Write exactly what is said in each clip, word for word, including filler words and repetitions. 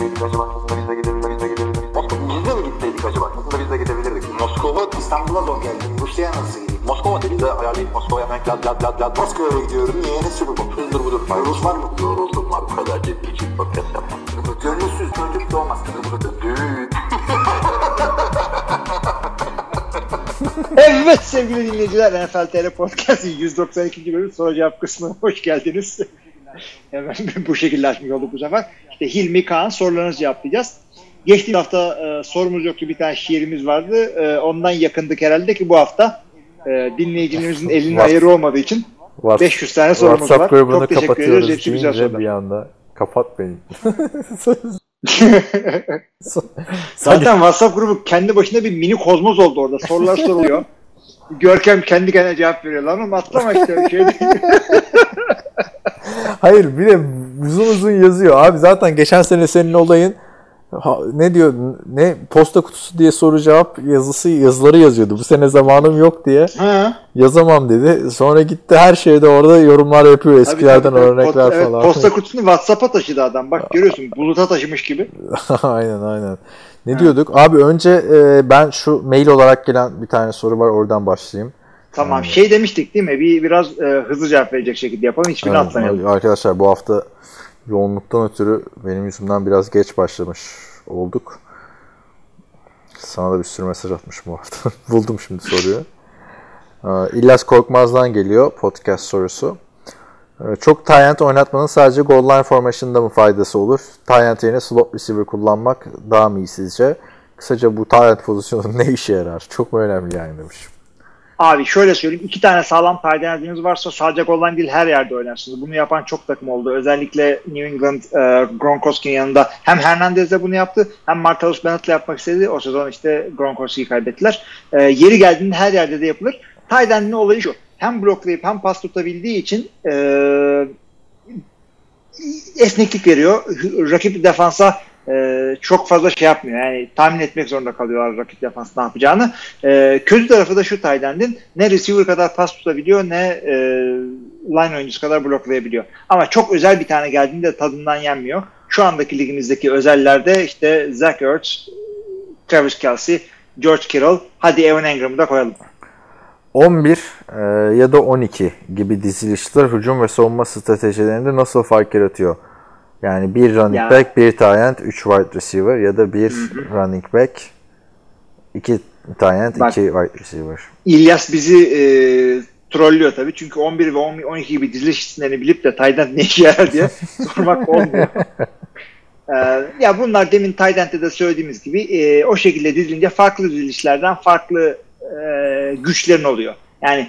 gitseydik acaba? Aslında biz de gidebilirdik. Biz de gidebilirdik. Biz de mi gitseydik acaba? Aslında biz de gidebilirdik. Moskova, İstanbul'a zor geldim. Rusya'ya nasıl gideyim? Moskova dedi de ayarlayıp Moskova'ya hemen lad lad lad lad. Moskova'ya gidiyorum. Niye? Ne sürü bu? Hızdır budur. Rus var mı? Yoruldum var. Bu kadar ciddi için podcast yapmam. Gönülsüz çocuk doğmaz. Düğün. Evet sevgili dinleyiciler, N F L T R Podcast'ın yüz doksan ikinci bölüm soru cevap kısmına hoş geldiniz. Hemen bu şekilde açmış olduk bu sefer. İşte Hilmi, Kaan sorularınızı cevaplayacağız. Geçtiğimiz hafta e, sorumuz yoktu, bir tane şiirimiz vardı. E, ondan yakındık herhalde ki bu hafta e, dinleyicilerimizin elinin ayarı olmadığı için beş yüz tane sorumuz WhatsApp var. grubunu Çok teşekkür ederiz. Hepsi güzel sorular. Bir anda kapatmayın. Zaten WhatsApp grubu kendi başına bir mini kozmos oldu orada. Sorular soruluyor. Görkem kendi kendine cevap veriyor. Lan oğlum atlama işte. Şey Hayır, bir de uzun uzun yazıyor. Abi zaten geçen sene senin olayın ha, ne diyor, ne posta kutusu diye soru cevap yazısı yazıları yazıyordu. Bu sene zamanım yok diye ha. yazamam dedi. Sonra gitti her şeyde orada yorumlar yapıyor. Eskilerden tabii, tabii, örnekler post, falan. Evet, posta kutusunu WhatsApp'a taşıdı adam. Bak görüyorsun, buluta taşımış gibi. Aynen aynen. Ne ha. diyorduk? Abi önce e, ben şu mail olarak gelen bir tane soru var, oradan başlayayım. Tamam. Yani, şey demiştik değil mi? Bir biraz e, hızlı cevap verecek şekilde yapalım. Hiçbirini evet, atlamayalım. Arkadaşlar bu hafta yoğunluktan ötürü benim yüzümden biraz geç başlamış olduk. Sana da bir sürü mesaj atmışım bu hafta. Buldum şimdi soruyu. İlyas Korkmaz'dan geliyor podcast sorusu. Çok tight end oynatmanın sadece goal line formation'da mı faydası olur? Tight end yerine slot receiver kullanmak daha mı iyi sizce? Kısaca bu tight end pozisyonu ne işe yarar? Çok mu önemli yani demiş. Abi şöyle söyleyeyim. İki tane sağlam tight end'iniz varsa sadece goal line değil her yerde oynarsınız. Bunu yapan çok takım oldu. Özellikle New England e, Gronkowski'nin yanında hem Hernandez de bunu yaptı hem Martellus Bennett'le yapmak istedi. O sezon işte Gronkowski'yi kaybettiler. E, yeri geldiğinde her yerde de yapılır. Tight end'in olayı şu. Hem bloklayıp hem pas tutabildiği için e, esneklik veriyor. Rakip defansa Ee, çok fazla şey yapmıyor. Yani tahmin etmek zorunda kalıyorlar rakip defans ne yapacağını. Ee, kötü tarafı da şu tight end'in ne receiver kadar pas tutabiliyor ne e, line oyuncusu kadar bloklayabiliyor. Ama çok özel bir tane geldiğinde tadından yenmiyor. Şu andaki ligimizdeki özellerde işte Zach Ertz, Travis Kelce, George Kittle, hadi Evan Engram'ı da koyalım. on bir e, ya da on iki gibi dizilişler hücum ve savunma stratejilerinde nasıl fark yaratıyor? Yani bir running ya. back, bir tight end, üç wide receiver ya da bir Hı-hı. running back, iki tight end, Bak, iki wide receiver. İlyas bizi e, trollüyor tabii. Çünkü on bir ve on iki gibi diziliş isimlerini bilip de tight end ne işe yarar diye sormak olmuyor. e, ya bunlar demin tight end'de de söylediğimiz gibi e, o şekilde dizilince farklı dizilişlerden farklı e, güçlerin oluyor. Yani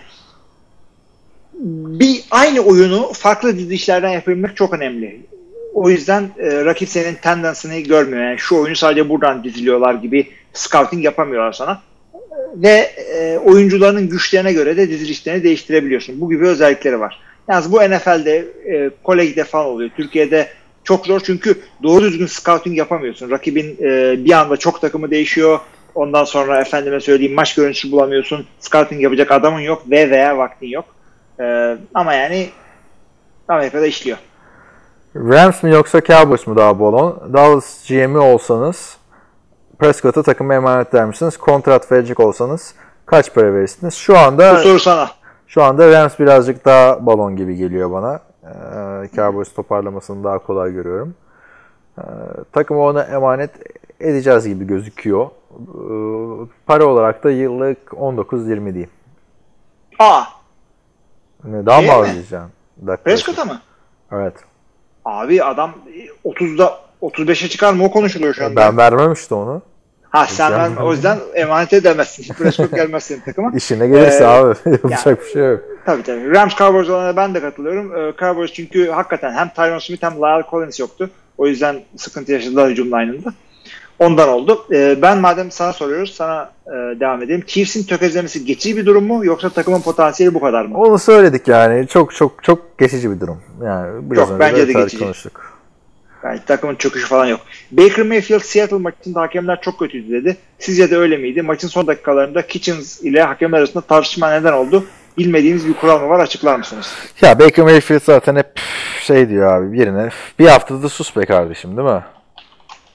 bir aynı oyunu farklı dizilişlerden yapabilmek çok önemli. O yüzden e, rakip senin tendency'ni görmüyor. Yani şu oyunu sadece buradan diziliyorlar gibi scouting yapamıyorlar sana. Ve e, oyuncuların güçlerine göre de dizilişlerini değiştirebiliyorsun. Bu gibi özellikleri var. Yalnız bu N F L'de, e, kolejde falan oluyor. Türkiye'de çok zor çünkü doğru düzgün scouting yapamıyorsun. Rakibin e, bir anda çok takımı değişiyor. Ondan sonra efendime söyleyeyim maç görüntüsü bulamıyorsun. Scouting yapacak adamın yok ve veya vaktin yok. E, ama yani Amerika'da işliyor. Rams mi yoksa Cowboys mu daha balon? Dallas G M'i olsanız Prescott'a takıma emanet eder misiniz? Kontrat verecek olsanız kaç para verirsiniz? Şu anda Bu soru sana. Şu anda Rams birazcık daha balon gibi geliyor bana. Ee, Cowboys toparlamasını daha kolay görüyorum. Ee, takımı ona emanet edeceğiz gibi gözüküyor. Ee, para olarak da yıllık on dokuz yirmi diyeyim. Aa. Ne, daha mı alacaksın? Prescott'a mı? Evet. Abi adam otuzda otuz beşe çıkar mı o konuşuluyor şu anda. Ben vermem işte onu. Ha sen ben, o yüzden emanet edemezsin. Prescott gelmez senin takıma. İşine gelirse ee, abi yapacak yani, bir şey yok. Tabii tabii. Rams Cowboys olana ben de katılıyorum. Ee, Cowboys çünkü hakikaten hem Tyron Smith hem La'el Collins yoktu. O yüzden sıkıntı yaşadılar hücum line'ında. Ondan oldu. Ee, ben madem sana soruyoruz sana e, devam edelim. Chiefs'in tökezlemesi geçici bir durum mu yoksa takımın potansiyeli bu kadar mı? Onu söyledik yani. Çok çok çok geçici bir durum. Yani biraz çok bence de geçici. Konuştuk. Yani takımın çöküşü falan yok. Baker Mayfield Seattle maçında hakemler çok kötüydü dedi. Sizce de öyle miydi? Maçın son dakikalarında Kitchens ile hakemler arasında tartışma neden oldu? Bilmediğiniz bir kural mı var? Açıklar mısınız? Ya Baker Mayfield zaten hep şey diyor abi birine. Bir haftada sus be kardeşim değil mi?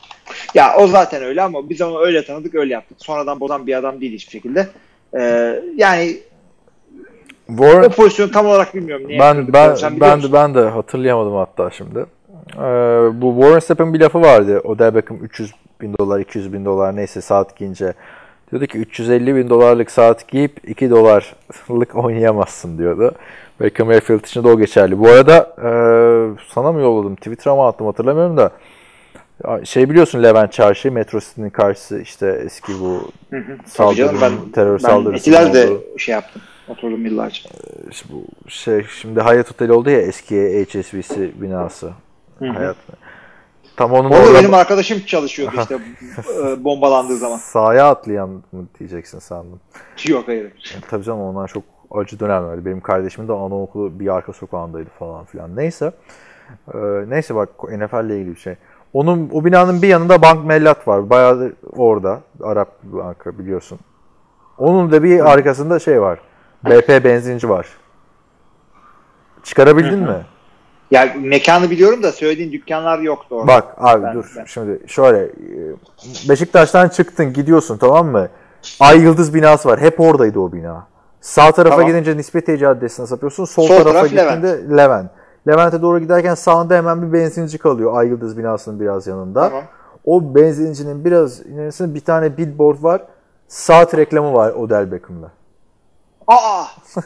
Ya o zaten öyle ama biz onu öyle tanıdık, öyle yaptık. Sonradan bozan bir adam değil hiçbir şekilde. Ee, yani Warren, o pozisyonu tam olarak bilmiyorum. Niye ben ben Sen ben de ben de hatırlayamadım hatta şimdi. Ee, bu Warren Sapp'in bir lafı vardı. Odell Beckham üç yüz bin dolar, iki yüz bin dolar neyse saat giyince. Diyordu ki üç yüz elli bin dolarlık saat giyip iki dolarlık oynayamazsın diyordu. Baker Mayfield için de o geçerli. Bu arada e, sana mı yolladım? Twitter'a mı attım hatırlamıyorum da. Şey biliyorsun Levent Çarşı, Metro City'nin karşısı işte eski bu Hı hı. saldırı, ben, terör ben saldırısı Etiler de oldu. şey yaptım. Oturdum yıllarca. İşte bu şey şimdi Hyatt Hotel oldu ya eski H S B C binası. Hı hı. Hyatt. Tam onun Orada orada benim arkadaşım çalışıyordu işte e, bombalandığı zaman. sahaya atlayan mı diyeceksin sandım. Yok hayır. Yani, tabii canım onlar çok acı dönemlerdi. Benim kardeşimin de anaokulu bir arka sokağındaydı falan filan. Neyse. Ee, neyse bak N F L ile ilgili bir şey. Onun o binanın bir yanında Bank Mellat var. Bayağı orada Arap banka biliyorsun. Onun da bir arkasında şey var. B P benzinci var. Çıkarabildin mi? Ya mekanı biliyorum da söylediğin dükkanlar yoktu orada. Bak abi ben, dur ben. şimdi şöyle Beşiktaş'tan çıktın gidiyorsun tamam mı? Ay Yıldız binası var. Hep oradaydı o bina. Sağ tarafa tamam. gidince Nispetiye Caddesi'ne sapıyorsun. Sol, Sol tarafa taraf gittiğinde Levent. Levent. Levent'e doğru giderken sağında hemen bir benzinci kalıyor. Ay Yıldız binasının biraz yanında. Tamam. O benzincinin biraz ilerisinde bir tane billboard var. Saat reklamı var Odell Beckham'da. Aa!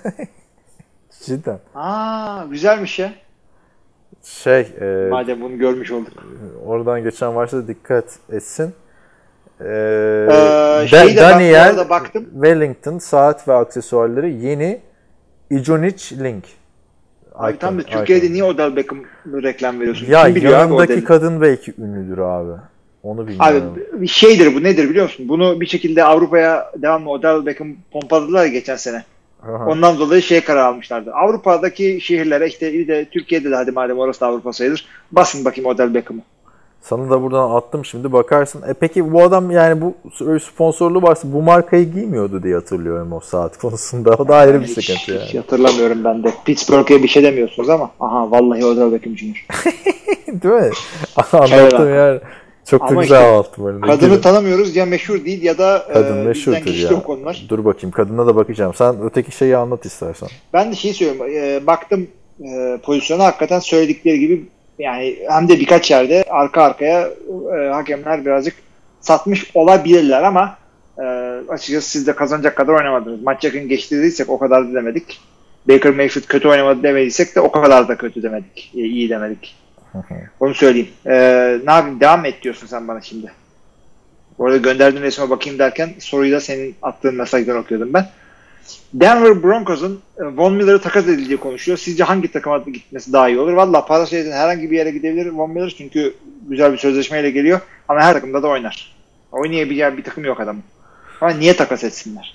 Cidden. Aa, güzelmiş ya. Şey, e, Madem bunu görmüş olduk. oradan geçen varsa da dikkat etsin. Ee, Ee, şeyi de Daniel ben bu arada baktım. Wellington saat ve aksesuarları yeni Ijonic Link. Abi tam da Icon, Türkiye'de icon. niye Odell Beckham reklam veriyorsun? Ya Kim biliyor abi yanındaki Odell'i? kadın belki ünlüdür abi. Onu bilmiyorum. Abi bir şeydir bu, nedir biliyor musun? Bunu bir şekilde Avrupa'ya devamlı Odell Beckham pompaladılar ya geçen sene. Aha. Ondan dolayı şey karar almışlardı. Avrupa'daki şehirlere işte bir de Türkiye'de de hadi madem orası da Avrupa sayılır. Basın bakayım Odell Beckham'ı. Sana da buradan attım şimdi bakarsın. E peki bu adam yani bu sponsorluğu varsa bu markayı giymiyordu diye hatırlıyorum o saat konusunda. O da ayrı bir hiç, sıkıntı yani. Hiç hatırlamıyorum ben de. Pittsburgh'e bir şey demiyorsunuz ama. Aha vallahi Odell Beckham Junior Değil mi? Anlattım Evet. yani. Çok da Ama güzel işte anlattım. Önünde. kadını Girin. tanımıyoruz ya, meşhur değil ya da Kadın e, meşhurdur bizden geçti ya. o konular. Dur bakayım kadına da bakacağım. Sen öteki şeyi anlat istersen. Ben de şeyi söylüyorum. E, baktım e, pozisyona, hakikaten söyledikleri gibi yani hem de birkaç yerde arka arkaya e, hakemler birazcık satmış olabilirler ama e, açıkçası siz de kazanacak kadar oynamadınız. Maç yakın geçti dediysek o kadar da demedik. Baker Mayfield kötü oynamadı demediysek de o kadar da kötü demedik. E, iyi demedik. Onu söyleyeyim. E, ne yapayım? Devam et diyorsun sen bana şimdi. Bu arada gönderdiğin resme bakayım derken soruyu da senin attığın mesajdan okuyordum ben. Denver Broncos'un Von Miller'ı takas edildiği konuşuyor. Sizce hangi takıma gitmesi daha iyi olur? Valla parası yeten herhangi bir yere gidebilir Von Miller çünkü güzel bir sözleşmeyle geliyor ama her takımda da oynar. Oynayabileceği bir takım yok adamın. Ama niye takas etsinler?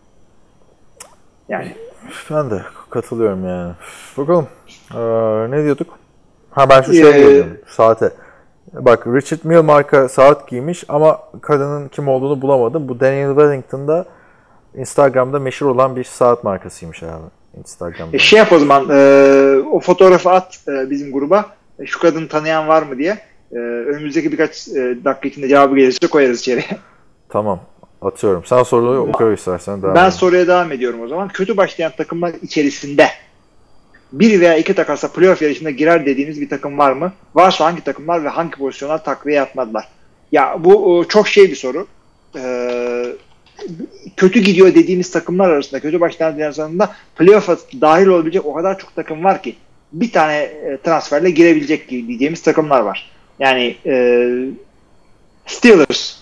Yani. Ben de katılıyorum yani. Bakalım. Ee, ne diyorduk? Ha ben şu şey Ee, diyordum. Saate. Bak Richard Mille marka saat giymiş ama kadının kim olduğunu bulamadım. Bu Daniel Wellington'da Instagram'da meşhur olan bir saat markasıymış abi. Instagram'da. E şey yap o zaman, e, o fotoğrafı at e, bizim gruba. E, şu kadını tanıyan var mı diye. E, önümüzdeki birkaç e, dakika içinde cevabı gelirse koyarız içeriye. Tamam. Atıyorum. Sen soruyu oku istersen. Devam Ben et. soruya devam ediyorum o zaman. Kötü başlayan takımlar içerisinde bir veya iki takasla playoff yarışına girer dediğiniz bir takım var mı? Varsa hangi takımlar ve hangi pozisyonlar takviye yapmadılar? Ya bu çok şey bir soru. Ee, kötü gidiyor dediğimiz takımlar arasında, kötü başlayan arasında playoff'a dahil olabilecek o kadar çok takım var ki bir tane transferle girebilecek gibi diyeceğimiz takımlar var. Yani e, Steelers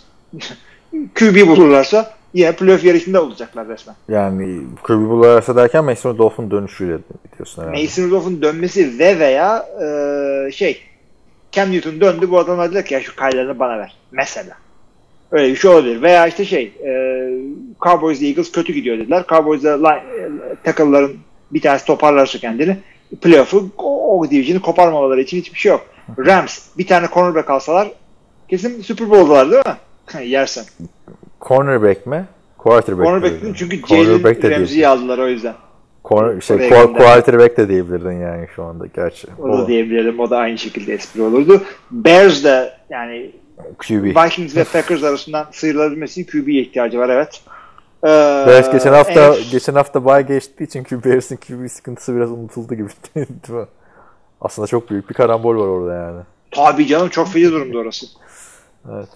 Q B bulurlarsa yine playoff yarışında olacaklar resmen. Yani Q B bulurlarsa derken Mason Rudolph'un dönüşüyle diyorsun herhalde. Mason Rudolph'un dönmesi ve veya e, şey Cam Newton döndü, bu adamlar dediler ki ya şu kaylarını bana ver. Mesela. Öyle bir şey olabilir. Veya işte şey e, Cowboys Eagles kötü gidiyor dediler. Cowboys'da e, tackle'ların bir tanesi toparlarsa kendini playoff'u o, o division'ı koparmamaları için hiçbir şey yok. Rams bir tane cornerback alsalar kesin Super Bowl'dalar değil mi? Yersen. Cornerback mi? Quarterback. Cornerback değil çünkü Jalen Ramsey'i aldılar o yüzden. Corner, şey, quarterback de diyebilirdin yani şu anda gerçi. O da diyebilirim. O da aynı şekilde espri olurdu. Bears de yani Q B. Vikings ve Packers arasından sıyrılabilmesi için Q B'ye ihtiyacı var, evet. Ee, evet, geçen hafta N F... geçen hafta bye geçtiği için Q B Harris'in Q B sıkıntısı biraz unutuldu gibi değil mi? Aslında çok büyük bir karambol var orada yani. Tabii canım, çok feci durumda orası. Evet.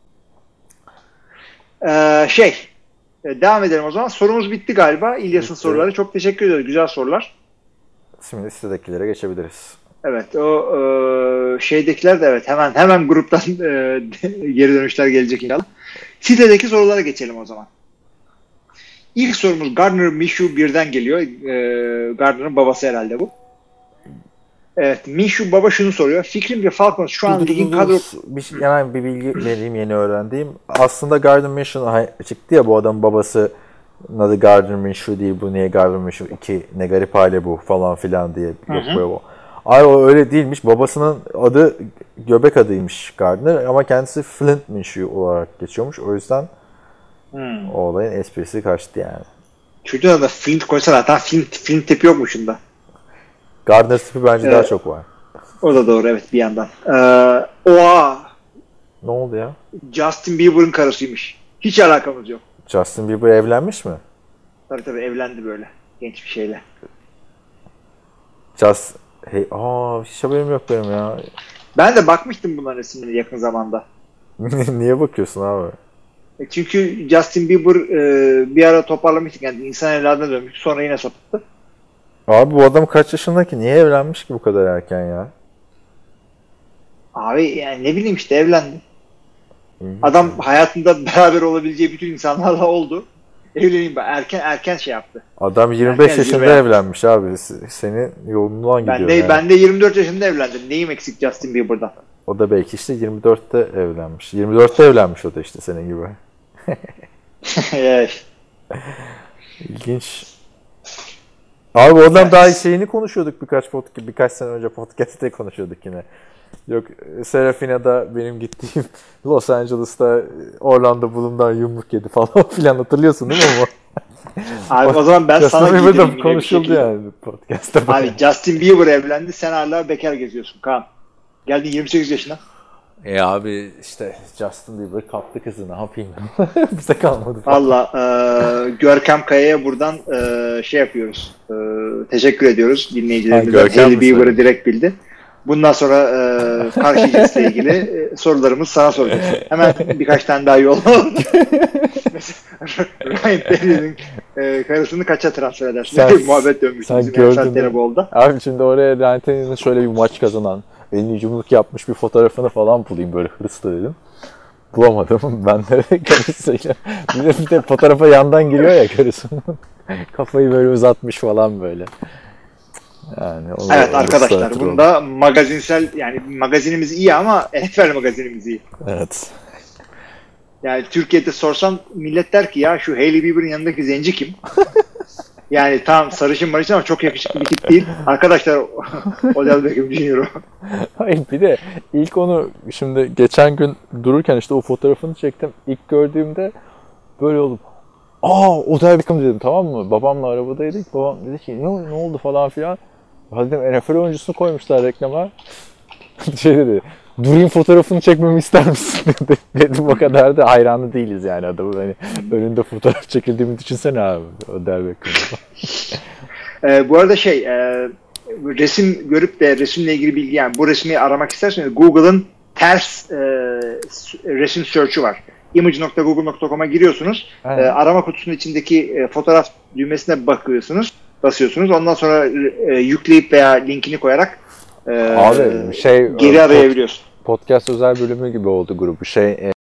Ee, şey, devam edelim o zaman. Sorumuz bitti galiba. İlyas'ın Bitti. soruları. Çok teşekkür ediyoruz. Güzel sorular. Şimdi sitedekilere geçebiliriz. Evet, o e, şeydekiler de evet hemen hemen gruptan e, geri dönüşler gelecek inşallah. Sitedeki sorulara geçelim o zaman. İlk sorumuz Gardner Minshew birden geliyor. E, Gardner'ın babası herhalde bu. Evet, Minshew baba şunu soruyor. Fikrimce Falcons şu an ligin kadro... Bir, şey- hemen bir bilgi vereyim, yeni öğrendiğim. Aslında Gardner Minshew çıktı ya, bu adamın babası adı Gardner Minshew değil, bu niye Gardner Minshew iki ne garip hali bu falan filan diye yok böyle bu. Ay o öyle değilmiş. Babasının adı göbek adıymış Gardner ama kendisi Flint Minshew olarak geçiyormuş. O yüzden hmm. o olayın esprisi kaçtı yani. Çocuğuna da Flint koysa zaten Flint, Flint tipi yokmuş da. Gardner tipi bence ee, daha çok var. O da doğru, evet, bir yandan. Ee, oha! Ne oldu ya? Justin Bieber'ın karısıymış. Hiç alakamız yok. Justin Bieber evlenmiş mi? Tabii tabii evlendi böyle. Genç bir şeyle. Just... Hey, aa, hiç haberim yok benim ya. Ben de bakmıştım bunların resimlerine yakın zamanda. Niye bakıyorsun abi? E çünkü Justin Bieber e, bir ara toparlamıştık, yani insan evladına dönmüş, sonra yine sattı. Abi bu adam kaç yaşındaki? Niye evlenmiş ki bu kadar erken ya? Abi yani ne bileyim işte evlendi. Adam hayatında beraber olabileceği bütün insanlarla oldu. Evleneyim ben. Erken erken şey yaptı. Adam yirmi beş erken yaşında evlenmiş abi. Senin yolundan gidiyor. Ben de, yani. ben de yirmi dört yaşında evlendim. Neyim eksik Justin Bieber'dan? O da belki işte yirmi dörtte evlenmiş. yirmi dörtte evlenmiş o da işte senin gibi. Evet. İlginç. Abi o adam daha şeyini konuşuyorduk birkaç podcast, birkaç sene önce podcast'te konuşuyorduk yine. Yok, Serafina'da benim gittiğim Los Angeles'ta Orlando Bloom'dan yumruk yedi falan filan, hatırlıyorsun değil mi ama? Abi o zaman ben Justin sana giydireyim yine konuşuldu yani podcast'ta. Abi Justin Bieber evlendi, sen hala bekar geziyorsun Kaan. Geldin yirmi sekiz yaşına. E abi işte Justin Bieber kaptı kızı, ne yapayım? Bize kalmadı. Valla e, Görkem Kaya'ya buradan e, şey yapıyoruz. E, teşekkür ediyoruz dinleyicilerimize. Hailey Bieber'ı direkt bildi. Bundan sonra e, karşı cinsle ilgili e, sorularımız sana soracağız. Hemen birkaç tane daha yollayalım. Ryan Terry'nin e, karısını kaça transfer edersin? Sen, muhabbet dönmüş. Sen gördün mü? Abi şimdi oraya Ryan Terry'nin şöyle bir maç kazanan, elini yumruk yapmış bir fotoğrafını falan bulayım böyle hırsla dedim. Bulamadım. Ben de karısıyla. Bir de, bir de fotoğrafa yandan giriyor ya karısının. Kafayı böyle uzatmış falan böyle. Yani evet arkadaşlar, bunda magazinsel, yani magazinimiz iyi ama N F L magazinimiz iyi. Evet. Yani Türkiye'de sorsan millet der ki ya şu Hailey Bieber'ın yanındaki zenci kim? Yani tamam sarışın marışın ama çok yakışıklı bir tip değil. Arkadaşlar Odell Beckham Junior Hayır, bir de ilk onu şimdi geçen gün dururken işte o fotoğrafını çektim. İlk gördüğümde böyle oldum. Aa, Odell Beckham dedim, tamam mı? Babamla arabadaydık. Babam dedi ki ne, ne oldu falan filan. Ya dedim N F L oyuncusunu koymuşlar reklama. Şey dedi, durayım fotoğrafını çekmemi ister misin dedi. Dedim o kadar da hayranı değiliz yani adamın. Hani önünde fotoğraf çekildiğimi düşünsene abi. Odell Beckham. ee, bu arada şey e, resim görüp de resimle ilgili bilgi, yani bu resmi aramak isterseniz Google'ın ters e, resim search'ü var. image nokta google nokta com'a giriyorsunuz. E, arama kutusunun içindeki e, fotoğraf düğmesine bakıyorsunuz. Basıyorsunuz. Ondan sonra e, yükleyip veya linkini koyarak e, Abi, şey, geri arayabiliyorsun. Podcast özel bölümü gibi oldu grubu. Şey e,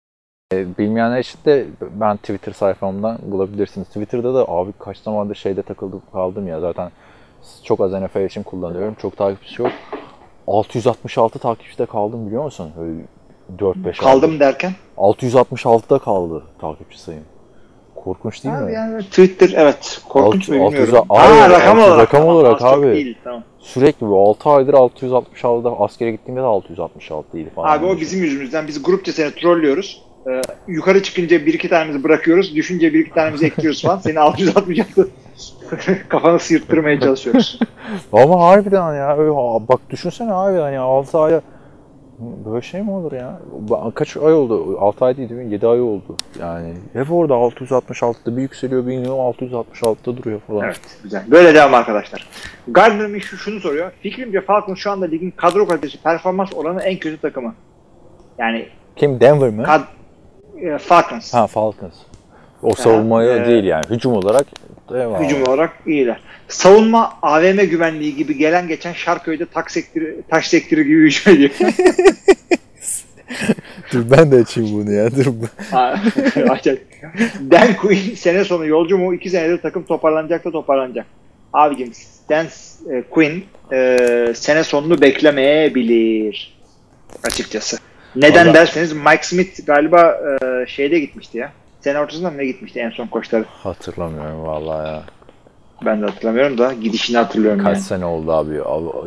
e, bilmeyenler için de ben Twitter sayfamdan bulabilirsiniz. Twitter'da da abi kaç zamandır şeyde takıldım kaldım ya. Zaten çok az N F L için kullanıyorum. Çok takipçisi yok. altı yüz altmış altı takipçide kaldım biliyor musun? Öyle dört beş Kaldım aldım. Derken? altı yüz altmış altıda kaldı takipçi sayım. Korkunç değil abi mi? Yani Twitter evet korkunç mu bilmiyorum. Aa, rakam olarak. Rakam olarak tamam, abi. değil, tamam. Sürekli bu altı aydır altı yüz altmış altıda, askere gittiğimde de altı yüz altmış altıydı falan. Abi o bizim yüzümüzden. Biz grupça seni trollüyoruz. Ee, yukarı çıkınca bir iki tanemizi bırakıyoruz. Düşünce bir iki tanemizi ekliyoruz falan. Seni altı yüz altmış altı kafanı sıyırttırmaya çalışıyoruz. Ama harbiden ya. Öyle, bak düşünsene abi yani altı aya Böyle şey mi olur ya? Kaç ay oldu? altı ay değil mi? yedi ay oldu. Yani hep orada altı yüz altmış altıda bir yükseliyor, bir iniyor, altı yüz altmış altıda duruyor falan. Evet, güzel. Böyle devam arkadaşlar. Gardner şu, şunu soruyor. Fikrimce Falcons şu anda ligin kadro kalitesi, performans oranı en kötü takımı. Yani kim? Denver mi? Kad e, Falcons. Ha, Falcons. O savunmaya e, değil yani. Hücum olarak devam. Hücum olarak iyiler. Savunma A V M güvenliği gibi gelen geçen Şarköy'de taş sektörü, taş sektörü gibi hücum ediyor. Dur ben de açayım bunu ya. Dur. Dan Quinn sene sonu yolcu mu? İki senedir takım toparlanacak da toparlanacak. Abicim Dan e, Quinn e, sene sonunu beklemeyebilir açıkçası. Neden Vallahi. derseniz Mike Smith galiba e, şeyde gitmişti ya. Sene ortasında mı ne gitmişti en son koçları? Hatırlamıyorum vallahi ya. Ben de hatırlamıyorum da gidişini hatırlıyorum. Kaç yani. sene oldu abi?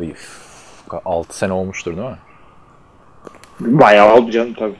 altı sene olmuştur değil mi? Bayağı oldu canım tabii.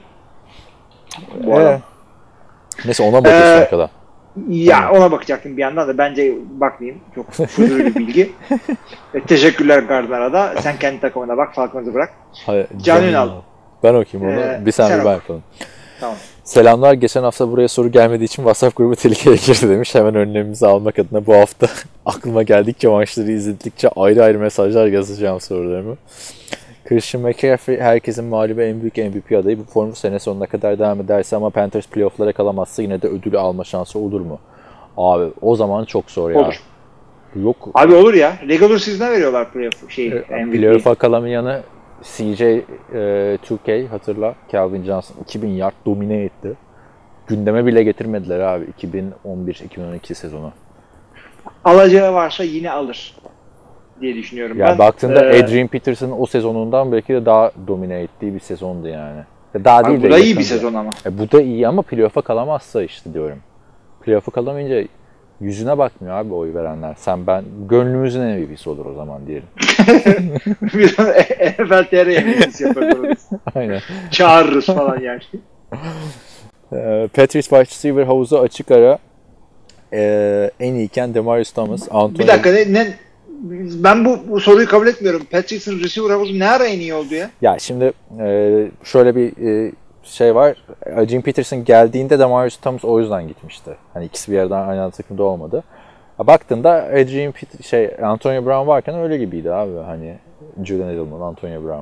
Bu Ee, adam. Neyse ona bakıyorsun Ee, kadar. Ya ona bakacaktım bir yandan da bence bakmayayım. Çok fuzuli bir bilgi. e, teşekkürler Gardner'a da. Sen kendi takımına bak. Falcons'ı bırak. Hayır, Can Ünal. Ben okuyayım onu. Ee, bir sen, sen bir ben oku. yapalım. Tamam. Selamlar. Geçen hafta buraya soru gelmediği için WhatsApp grubu tehlikeye girdi demiş. Hemen önlemimizi almak adına bu hafta aklıma geldikçe, maçları izledikçe ayrı ayrı mesajlar yazacağım sorularımı. Christian McCaffrey herkesin mağlubu en büyük M V P adayı. Bu formu sene sonuna kadar devam ederse ama Panthers playoff'lara kalamazsa yine de ödülü alma şansı olur mu? Abi o zaman çok zor ya. Olur. Yok. Abi olur ya. Regular season'a veriyorlar playoff şeyi. E, playoff'a kalamayanı C J e, iki K hatırla. Calvin Johnson iki bin yard domine etti. Gündeme bile getirmediler abi iki bin on bir iki bin on iki sezonu. Alacağı varsa yine alır diye düşünüyorum Ya ben. baktığında ee, Adrian Peterson'ın o sezonundan belki de daha domine ettiği bir sezondu yani. Daha abi değil bu de da iyi yakındı. bir sezon ama. E, bu da iyi ama playoff'a kalamazsa işte diyorum. Playoff'a kalamayınca yüzüne bakmıyor abi oy verenler. Sen ben gönlümüzün M V P'si olur o zaman diyelim. Bir N F L T R M V P'si yaparız. Aynen. Çağırırız falan yani. E, Patriots wide receiver havuzu açık ara. E, en iyiyken Demarius Thomas, Antonio... Bir dakika ne, ne ben bu, bu soruyu kabul etmiyorum. Patriots'ın receiver havuzu ne ara en iyi oldu ya? Ya şimdi e, şöyle bir e, şey var. Adrian Peterson geldiğinde Demarius Thomas o yüzden gitmişti. Hani ikisi bir yerden aynı takımda olmadı. Ya baktığında Adrian Peter, şey Antonio Brown varken öyle gibiydi abi. Hani Julian Edelman, Antonio Brown.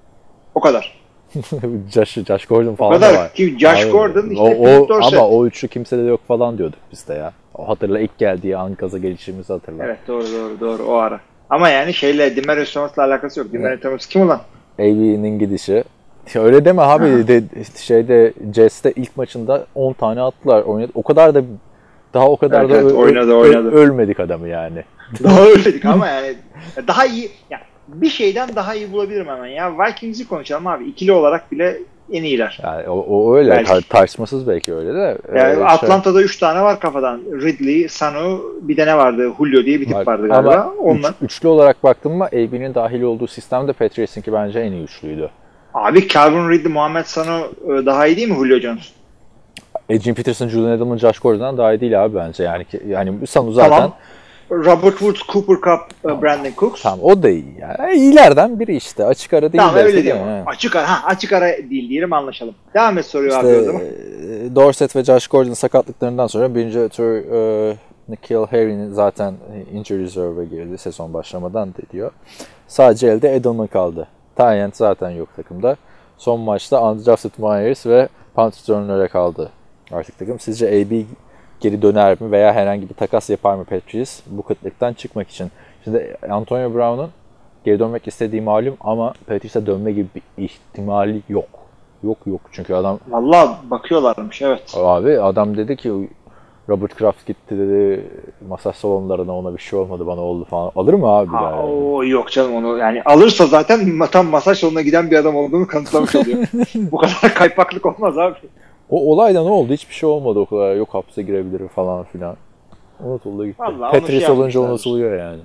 O kadar. Josh, Josh Gordon falan o kadar. da var. Ki Josh abi, Gordon işte o, o, Dorset. ama o üçlü kimsede de yok falan diyorduk biz de ya. O hatırla ilk geldiği Ankaz'a gelişimizi hatırla. Evet doğru doğru doğru o ara. Ama yani şeyle Demarius Thomas'la alakası yok. Demarius Thomas kim ulan? A B'nin gidişi. Öyle deme abi. De, şeyde Jets'te ilk maçında on tane attılar. Oynadı. O kadar da daha o kadar Evet, da evet, ö- oynadı, ö- oynadı. ölmedik adamı yani. Daha öyledik ama yani daha iyi ya bir şeyden daha iyi bulabilirim hemen ya. Vikings'i konuşalım abi. İkili olarak bile en iyiler. Yani o, o öyle. Belki. Tar- tartışmasız belki öyle de. Yani Ee, Atlanta'da üç tane var kafadan. Ridley, Sanu, bir de ne vardı? Julio diye bir tip Bak, vardı galiba. ama Onlar. üç, üçlü olarak baktım mı A B'nin dahil olduğu sistemde Patriots'ınki bence en iyi üçlüydü. Abi Calvin Ridley, Muhammed Sanu daha iyi değil mi Julio Jones? Adrian Peterson, Julian Edelman, Josh Gordon'dan daha iyi değil abi bence. Yani yani Sanu zaten. Tamam. Robert Woods, Cooper Kupp, tamam. Brandon Cooks. Tamam o da iyi yani. İyilerden biri işte. Açık ara değil. Tamam de öyle değil diyorum. mi? Açık ara, ha, açık ara değil diyelim anlaşalım. Devam et soruyor İşte, abi o zaman. Dorset ve Josh Gordon sakatlıklarından sonra birinci tur e, N'Keal Harry'nin zaten injury reserve'e girdi sezon başlamadan da diyor. Sadece elde Edelman kaldı. Tyent zaten yok takımda. Son maçta undrafted Myers ve punt returner'e kaldı artık takım. Sizce A B geri döner mi veya herhangi bir takas yapar mı Patriots bu kıtlıktan çıkmak için? Şimdi Antonio Brown'un geri dönmek istediği malum ama Patriots'a dönme gibi bir ihtimali yok. Yok yok çünkü adam... Vallahi bakıyorlarmış evet. Abi adam dedi ki Robert Kraft gitti dedi masaj salonlarına ona bir şey olmadı bana oldu falan. Alır mı abi? Ha, yani? o yok canım onu yani alırsa zaten tam masaj salonuna giden bir adam olduğunu kanıtlamış oluyor. Bu kadar kaypaklık olmaz abi. O olayda ne oldu? Hiçbir şey olmadı o kadar. Yok hapse girebilir falan filan. Unutuldu gitti. Patriots şey olunca unutuluyor yani.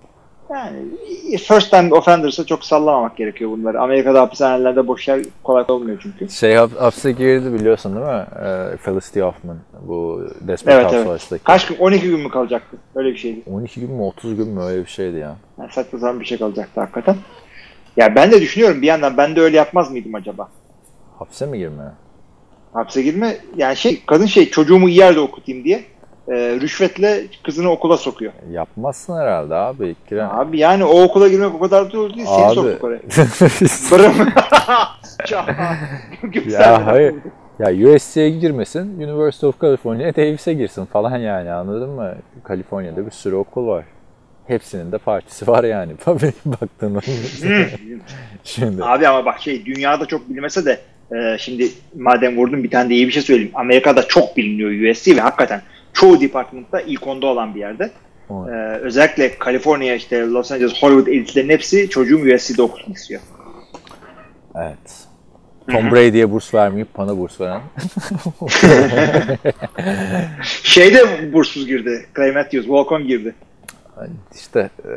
Yani first time offenders'a çok sallamamak gerekiyor bunları. Amerika'da hapishanelerde boş yer kolay olmuyor çünkü. Şey hapse girdi biliyorsun değil mi? Ee, Felicity Huffman. Bu Desperate evet, Housewives'daki. Evet. Kaç gün? on iki gün mü kalacaktı? Öyle bir şeydi. on iki gün mü otuz gün mü öyle bir şeydi ya. Yani saçma sapan bir şey kalacaktı hakikaten. Ya ben de düşünüyorum bir yandan, ben de öyle yapmaz mıydım acaba? Hapse mi girme? Hapse girme yani şey, kadın şey, çocuğumu iyi yerde okutayım diye e, rüşvetle kızını okula sokuyor. Yapmazsın herhalde abi. Giren... Abi yani o okula girmek o kadar zor değil. Seni Abi. soktuk oraya. Bırım. Ya hayır. Ya U S C'ye girmesin, University of California Davis'e girsin falan yani, anladın mı? Kaliforniya'da bir sürü okul var. Hepsinin de partisi var yani. Baktığında. Şimdi. Abi ama bak şey, dünyada çok bilinmese de e, şimdi madem vurdum bir tane de iyi bir şey söyleyeyim. Amerika'da çok biliniyor U S C ve hakikaten çoğu departmantta ilk onda olan bir yerde. Ee, özellikle Kaliforniya, işte Los Angeles, Hollywood elitlerin hepsi çocuğum U S C'de okusun istiyor. Evet. Tom Brady'ye burs vermeyip bana burs veren. Şeyde burssuz girdi. Clay Matthews, Walk-on girdi. İşte e,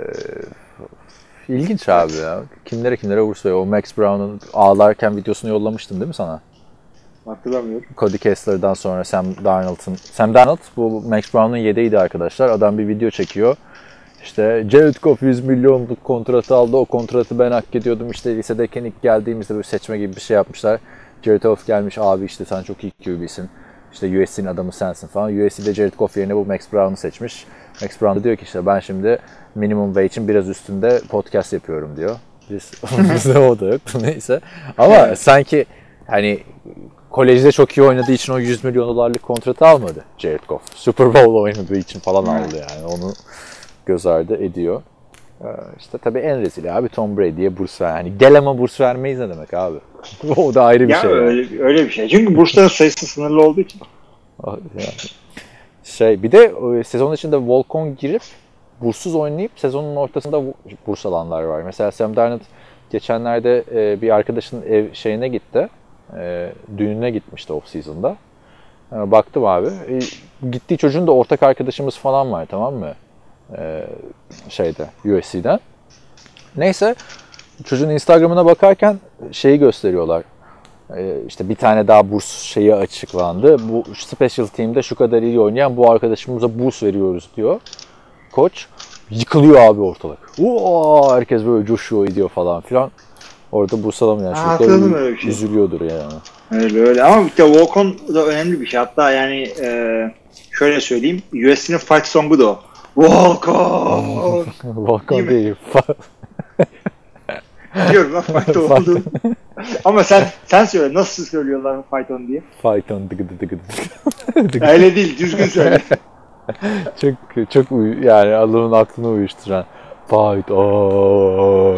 ilginç abi ya. Kimlere kimlere burs veriyor. O Max Brown'un ağlarken videosunu yollamıştım değil mi sana? Hatırlamıyorum. Cody Kessler'dan sonra Sam Darnold'un. Sam Darnold bu Max Brown'un yedeğiydi arkadaşlar. Adam bir video çekiyor. İşte Jared Goff yüz milyonluk kontratı aldı. O kontratı ben hak ediyordum. İşte lisedeyken ilk geldiğimizde böyle seçme gibi bir şey yapmışlar. Jared Goff gelmiş, abi işte sen çok iyi Q B'sin. İşte U S C'nin adamı sensin falan. U S C'de Jared Goff yerine bu Max Brown'u seçmiş. Max Brown da diyor ki işte ben şimdi minimum wage'in biraz üstünde podcast yapıyorum diyor. Biz, bizde o da yok. Neyse. Ama sanki hani kolejde çok iyi oynadığı için o yüz milyon dolarlık kontratı almadı Jared Goff. Super Bowl oynadığı için falan aldı yani. Onu göz ardı ediyor. Ee, işte tabii en rezili abi Tom Brady'ye burs ver. Yani gel ama burs vermeyiz ne demek abi? O da ayrı bir ya şey. Öyle, yani. öyle bir şey. Çünkü bursların sayısı sınırlı olduğu için. Yani. Şey, bir de sezon içinde Walk-on girip burssuz oynayıp sezonun ortasında burs alanlar var. Mesela Sam Darnold geçenlerde bir arkadaşının ev şeyine gitti. Düğününe gitmişti off-season'da. Baktım abi. Gittiği çocuğun da ortak arkadaşımız falan var, tamam mı? Şeyde, U S C'den. Neyse, çocuğun Instagram'ına bakarken şeyi gösteriyorlar. İşte bir tane daha burs şeyi açıklandı. Bu special team'de şu kadar iyi oynayan bu arkadaşımıza burs veriyoruz diyor. Koç yıkılıyor abi ortalık. Oo, herkes böyle coşuyor ediyor falan filan. Orada burs alamayan çocuklar şey. Üzülüyordur yani. Öyle öyle ama işte Walk-on da önemli bir şey. Hatta yani e, şöyle söyleyeyim. U S C'nin fight song'u da o. Walk-on. Walk-on değil. Diyorum lan fight olduğunu. Ama sen sen söyle, nasıl söylüyorlar fight on diye? Fight on dıgı dıgı dıgı. Öyle değil, düzgün söyle. çok çok uy- yani adamın aklını uyuşturan. Fight on.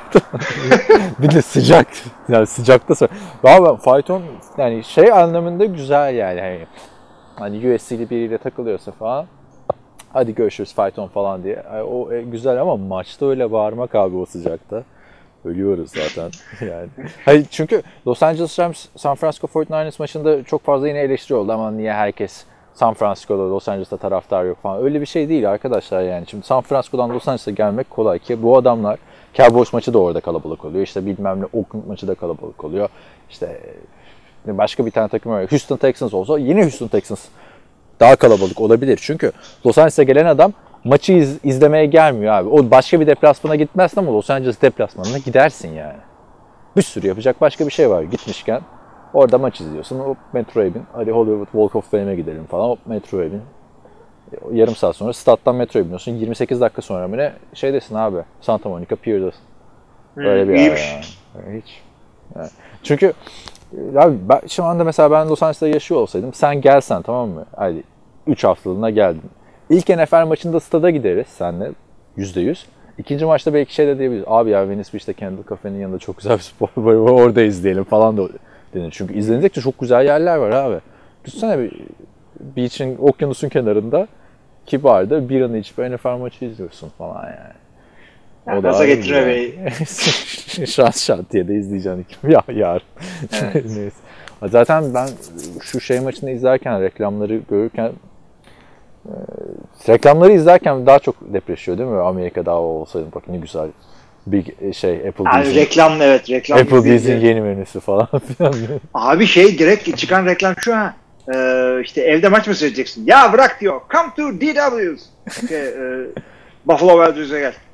Bir de sıcak. Yani sıcakta söyle. Ama fight on yani şey anlamında güzel yani. Hani, hani U S C'li biriyle takılıyorsa falan. Hadi görüşürüz fight on falan diye. Yani o e, güzel ama maçta öyle bağırmak abi o sıcakta. Ölüyoruz zaten yani. Hayır, çünkü Los Angeles Rams San Francisco kırk dokuz ers maçında çok fazla yine eleştiri oldu ama niye herkes San Francisco'da, Los Angeles'ta taraftar yok falan. Öyle bir şey değil arkadaşlar yani. Şimdi San Francisco'dan Los Angeles'a gelmek kolay ki bu adamlar Cowboys maçı da orada kalabalık oluyor. İşte bilmem ne Oakland maçı da kalabalık oluyor. İşte başka bir tane takım var. Houston Texans olsa yine Houston Texans daha kalabalık olabilir. Çünkü Los Angeles'a gelen adam maçı iz, izlemeye gelmiyor abi. O başka bir deplasmana gitmezsin ama Los Angeles deplasmanına gidersin yani. Bir sürü yapacak başka bir şey var gitmişken. Orada maç izliyorsun. Hop metroya bin. Hadi Hollywood Walk of Fame'e gidelim falan. Hop metroya bin. Yarım saat sonra stat'tan metroya biniyorsun. yirmi sekiz dakika sonra mı ne? Şeydesin abi. Santa Monica Pier'desin. Böyle hmm, bir yer yani. Hiç. Yani. Çünkü abi ben, şu anda mesela ben Los Angeles'ta yaşıyor olsaydım sen gelsen, tamam mı? Hadi üç haftalığına geldin. İlk N F L maçında stada gideriz seninle yüzde yüz. İkinci maçta belki şey de diyebiliriz. Abi ya Venice Beach'te Kendall Cafe'nin yanında çok güzel bir spor var. Orada izleyelim falan da denir. Çünkü izlenecek de çok güzel yerler var abi. Düşünsene bir beach'in, okyanusun kenarında kibarda biranı içip N F L maçı izliyorsun falan yani. O da getire bey. Şans şart diye de izleyeceğim ya yarın. Evet. Neyse. Zaten ben şu şey maçını izlerken, reklamları görürken e, reklamları izlerken daha çok depreşiyor değil mi? Amerika'da olsaydım bak ne güzel bir şey Applebee's'in. Reklam evet reklam. Applebee's'in yeni menüsü falan filan. Abi şey direkt çıkan reklam şu ha. Ee, işte evde maç mı seyredeceksin? Ya bırak diyor. Come to D W's. Okay, e, Buffalo Wild Wings'e gel.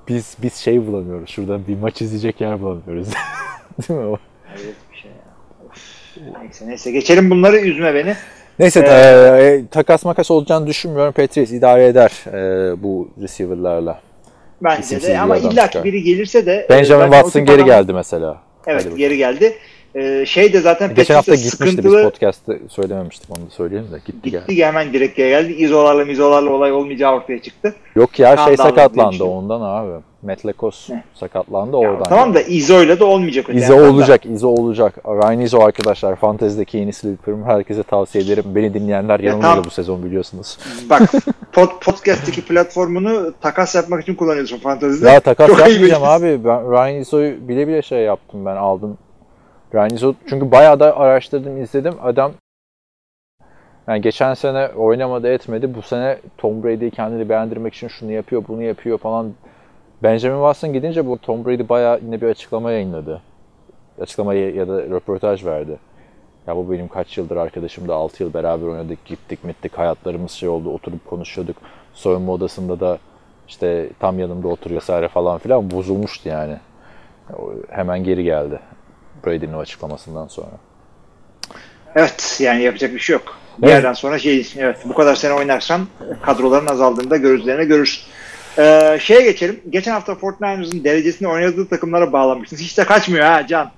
biz biz şey bulamıyoruz. Şuradan bir maç izleyecek yer bulamıyoruz. Değil mi o? Evet bir şey ya. Of. Neyse neyse geçelim bunları, üzme beni. Neyse ee, e, takas makas olacağını düşünmüyorum. Patriots idare eder e, bu receiver'larla. Bence İsimsiz de ama illaki biri gelirse de Benjamin e, Watson geri adam, geldi mesela. Evet geri geldi. Ee, şey de zaten geçen hafta gitmişti, sıkıntılı, biz podcast'ta söylememiştik, onu da söyleyelim de gitti, gitti geldi. Hemen direkt geri geldi. İzolarla mizolarla olay olmayacağı ortaya çıktı. Yok ya, şey sakatlandı ondan abi. Matt LaCosse sakatlandı ya, oradan. Tamam da İzo'yla da olmayacak. İzo yani olacak, da. İzo olacak. Ryan İzo arkadaşlar, Fantasy'deki yeni sleeper'ım. Herkese tavsiye ederim. Beni dinleyenler yanımda tam, bu sezon biliyorsunuz. Bak pod, podcast'teki platformunu takas yapmak için kullanıyorsun Fantasy'de. Ya takas çok yapmayacağım abi. Ben Ryan İzo'yu bile bile şey yaptım, ben aldım. Ryan İzo çünkü bayağı da araştırdım, izledim. Adam yani geçen sene oynamadı etmedi. Bu sene Tom Brady'yi kendini beğendirmek için şunu yapıyor, bunu yapıyor falan. Benjamin Watson gidince bu Tom Brady bayağı yine bir açıklama yayınladı. Açıklama ya da röportaj verdi. Ya bu benim kaç yıldır arkadaşım da altı yıl beraber oynadık, gittik mittik, hayatlarımız şey oldu, oturup konuşuyorduk. Soyunma odasında da işte tam yanımda oturuyor vesaire falan filan, bozulmuştu yani. Hemen geri geldi Brady'nin o açıklamasından sonra. Evet, yani yapacak bir şey yok. Bir evet. yerden sonra şey, evet bu kadar sene oynarsan kadroların azaldığında gözlerine görürsün. Ee, şeye geçelim. Geçen hafta Fortnite'ın derecesini oynadığı takımlara bağlamışsınız. Hiç de kaçmıyor ha Can.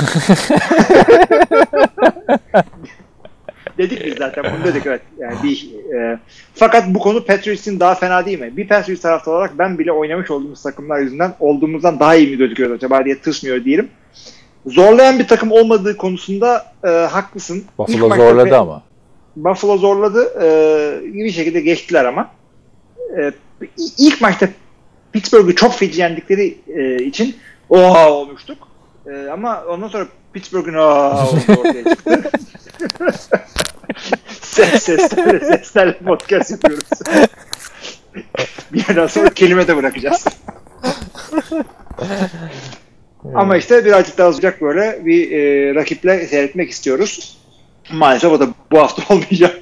Dedik biz zaten, bunu dedik evet. Yani bir, e, fakat bu konu Patriots'in daha fena değil mi? Bir Patriots tarafta olarak ben bile oynamış olduğumuz takımlar yüzünden olduğumuzdan daha iyi mi gözüküyoruz acaba diye tırsmıyor diyelim. Zorlayan bir takım olmadığı konusunda e, haklısın. Buffalo zorladı pe- ama. Buffalo zorladı. E, bir şekilde geçtiler ama. E, ilk maçta Pittsburgh'u çok feci yendikleri e, için oha olmuştuk. E, ama ondan sonra Pittsburgh'un oha olduğu ortaya çıktı. ses seslerle seslerle podcast yapıyoruz. Bir yerden sonra kelime de bırakacağız. Ama işte birazcık daha sıcak böyle bir e, rakiple seyretmek istiyoruz. Maalesef o da bu hafta olmayacak.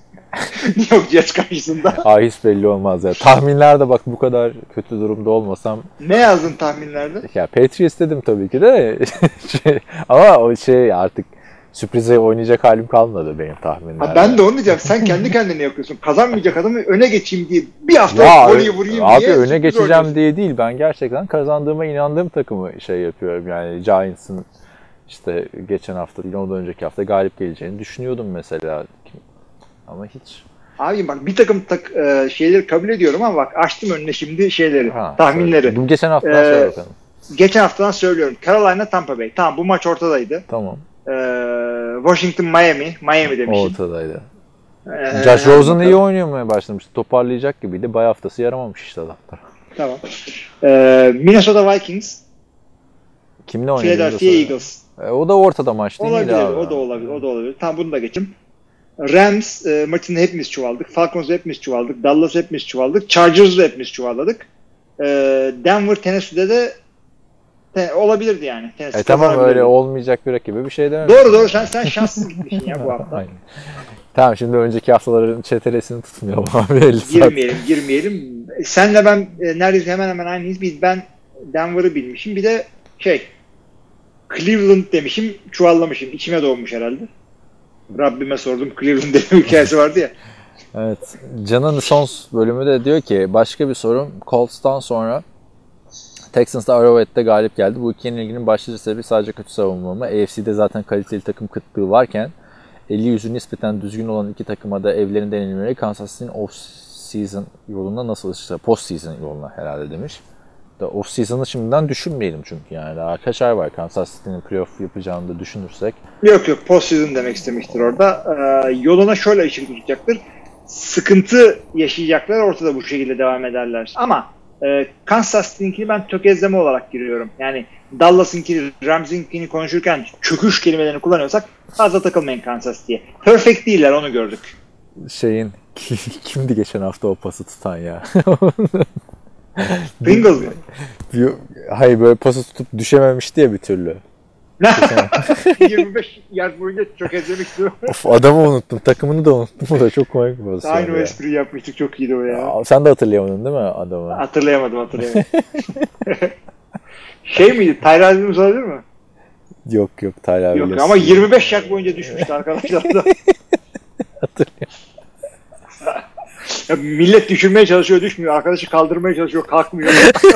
New York Jets karşısında. Aa, hiç belli olmaz ya. Tahminlerde bak, bu kadar kötü durumda olmasam. Ne yazdın tahminlerde? Ya Patriots dedim tabii ki de. şey, ama o şey artık sürprize oynayacak halim kalmadı benim tahminlerimde. Ha, ben de onu diyeceğim. Sen kendi kendine yapıyorsun. Kazanmayacak adamı öne geçeyim diye bir hafta voleyi vurayım abi diye. Abi öne geçeceğim oynuyorsun diye değil. Ben gerçekten kazandığıma inandığım takımı şey yapıyorum. Yani Giants'ın işte geçen hafta değil, ondan önceki hafta galip geleceğini düşünüyordum mesela. Ama hiç. Abi bak bir takım tak, e, şeyleri kabul ediyorum ama bak açtım önüne şimdi şeyleri, ha, tahminleri. Bu geçen haftadan ee, söyle bakalım. Geçen haftadan söylüyorum. Carolina Tampa Bay. Tamam, bu maç ortadaydı. Tamam. Ee, Washington Miami. Miami demişim. Ortadaydı. Ee, Josh Rosen iyi oynamaya başlamıştı. Toparlayacak gibiydi. Bay haftası yaramamış işte adamlar. Tamam. Ee, Minnesota Vikings. Kimle oynadı? Philadelphia Eagles. E, o da ortada maç değil olabilir, miydi abi? O da olabilir. O da olabilir. Tamam, bunu da geçeyim. Rams e, maçında hepimiz çuvaldık. Falcons'u hepimiz çuvaldık. Dallas'u hepimiz çuvaldık. Chargers'u hepimiz çuvalladık. E, Denver, Tennessee'de de te, olabilirdi yani. E tamam, öyle olmayacak bir rakibi bir şey demem. Doğru doğru, sen sen şanssız gitmişsin ya bu hafta. Aynen. Tamam, şimdi önceki haftaların çetelesini tutmuyor abi. girmeyelim girmeyelim. Senle ben e, neredeyse hemen hemen aynıyız. Biz ben Denver'ı bilmişim. Bir de şey Cleveland demişim. Çuvallamışım. İçime doğmuş herhalde. Rabbime sordum. Cleveland dedim hikayesi vardı ya. Evet. Can'ın son bölümü de diyor ki başka bir sorum. Colts'tan sonra Texans'da Arrowhead'de galip geldi. Bu iki yenilginin başlıca sebebi sadece kötü savunma mı? A F C'de zaten kaliteli takım kıtlığı varken eli yüzü nispeten düzgün olan iki takıma da evlerinden yenilmeleri Kansas City'nin off-season yoluna nasıl işte post-season yoluna herhalde demiş. Off-season'ı şimdiden düşünmeyelim çünkü yani daha kaç ay var Kansas City'nin playoff yapacağını da düşünürsek. Yok yok, post-season demek istemiştir orada. Ee, yoluna şöyle ışık tutacaktır. Sıkıntı yaşayacaklar, ortada bu şekilde devam ederler. Ama e, Kansas City'ninkini ben tökezleme olarak giriyorum. Yani Dallas'ınkini, Rams'inkini konuşurken çöküş kelimelerini kullanıyorsak fazla takılmayın Kansas City'ye. Perfect değiller, onu gördük. Şeyin kimdi geçen hafta o pası tutan ya? Pringles mı? Hayır, böyle pası tutup düşememişti ya bir türlü. yirmi beş yard boyunca çökezlemişti. Of, adamı unuttum. Takımını da unuttum. Bu da çok komik bir pozisyon. Aynı ya. espri yapmıştık. Çok iyiydi o ya. Aa, sen de hatırlayamadın değil mi adamı? Hatırlayamadım hatırlayamadım. Şey miydi? Tyrell Williams olabilir mi? Yok yok. Tyler Yok Williams. ama yirmi beş yard boyunca düşmüştü arkadaşlar. Hatırlıyorum. Ya millet düşürmeye çalışıyor, düşmüyor. Arkadaşı kaldırmaya çalışıyor, kalkmıyor.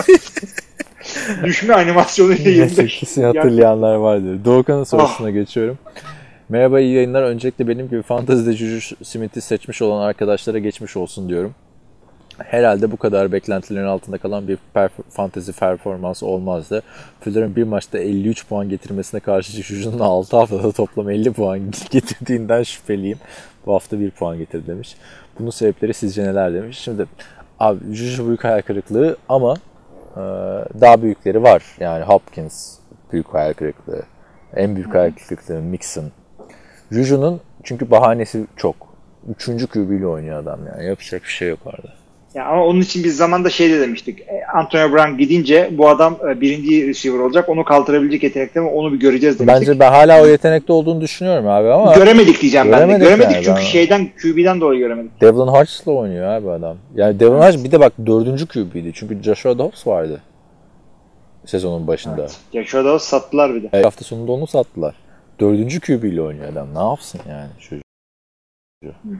Düşme animasyonuyla yirmi beş. Kesin hatırlayanlar vardır. Doğukan'ın sorusuna oh. geçiyorum. Merhaba, iyi yayınlar. Öncelikle benim gibi fantezide Juju Smith'i seçmiş olan arkadaşlara geçmiş olsun diyorum. Herhalde bu kadar beklentilerin altında kalan bir perf- fantezi performansı olmazdı. Fuller'ın bir maçta elli üç puan getirmesine karşı Juju'nun altı haftada toplam elli puan getirdiğinden şüpheliyim. Bu hafta bir puan getirdi demiş. Bunun sebepleri sizce neler demiş. Şimdi abi Juju büyük hayal kırıklığı ama e, daha büyükleri var. Yani Hopkins büyük hayal kırıklığı. En büyük hayal kırıklığı Mixon. Juju'nun çünkü bahanesi çok. Üçüncü Q B ile oynuyor adam yani. Yapacak bir şey yok orada. Ya ama onun için biz zamanda şey de demiştik. Antonio Brown gidince bu adam birinci receiver olacak. Onu kaldırabilecek yetenekte mi? Onu bir göreceğiz demiştik. Bence ben hala o yetenekte olduğunu düşünüyorum abi ama. Göremedik diyeceğim ben de. Göremedik yani çünkü ben... şeyden Q B'den dolayı göremedik. Devlin Hodges'la oynuyor abi adam. Yani Devlin Hodges bir de bak dördüncü Q B'ydi. Çünkü Joshua Dobbs vardı. Sezonun başında. Evet. Joshua Dobbs sattılar bir de. Evet, hafta sonunda onu sattılar. Dördüncü Q B ile oynuyor adam. Ne yapsın yani çocuk? Hı hı.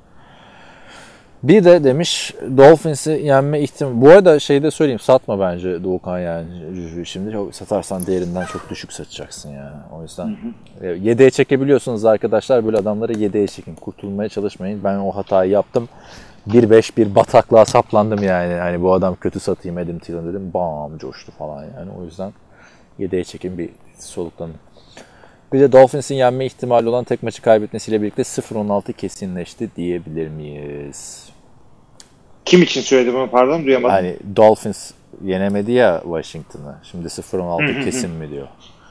Bir de demiş Dolphins'i yenme ihtimali. Bu arada şey de söyleyeyim, satma bence Doğukan yani. Şimdi satarsan değerinden çok düşük satacaksın yani. O yüzden hı hı. yedeğe çekebiliyorsunuz arkadaşlar. Böyle adamları yedeğe çekin. Kurtulmaya çalışmayın. Ben o hatayı yaptım. bir beş bir bataklığa saplandım yani. Hani bu adam kötü satayım Adam Thielen dedim. Bam coştu falan yani. O yüzden yedeğe çekin, bir soluklanın. Bir de Dolphins'in yenme ihtimali olan tek maçı kaybetmesiyle birlikte sıfır on altı kesinleşti diyebilir miyiz? Kim için söyledi bunu, pardon duyamadım. Yani Dolphins yenemedi ya Washington'ı. Şimdi sıfır on altı kesin mi diyor.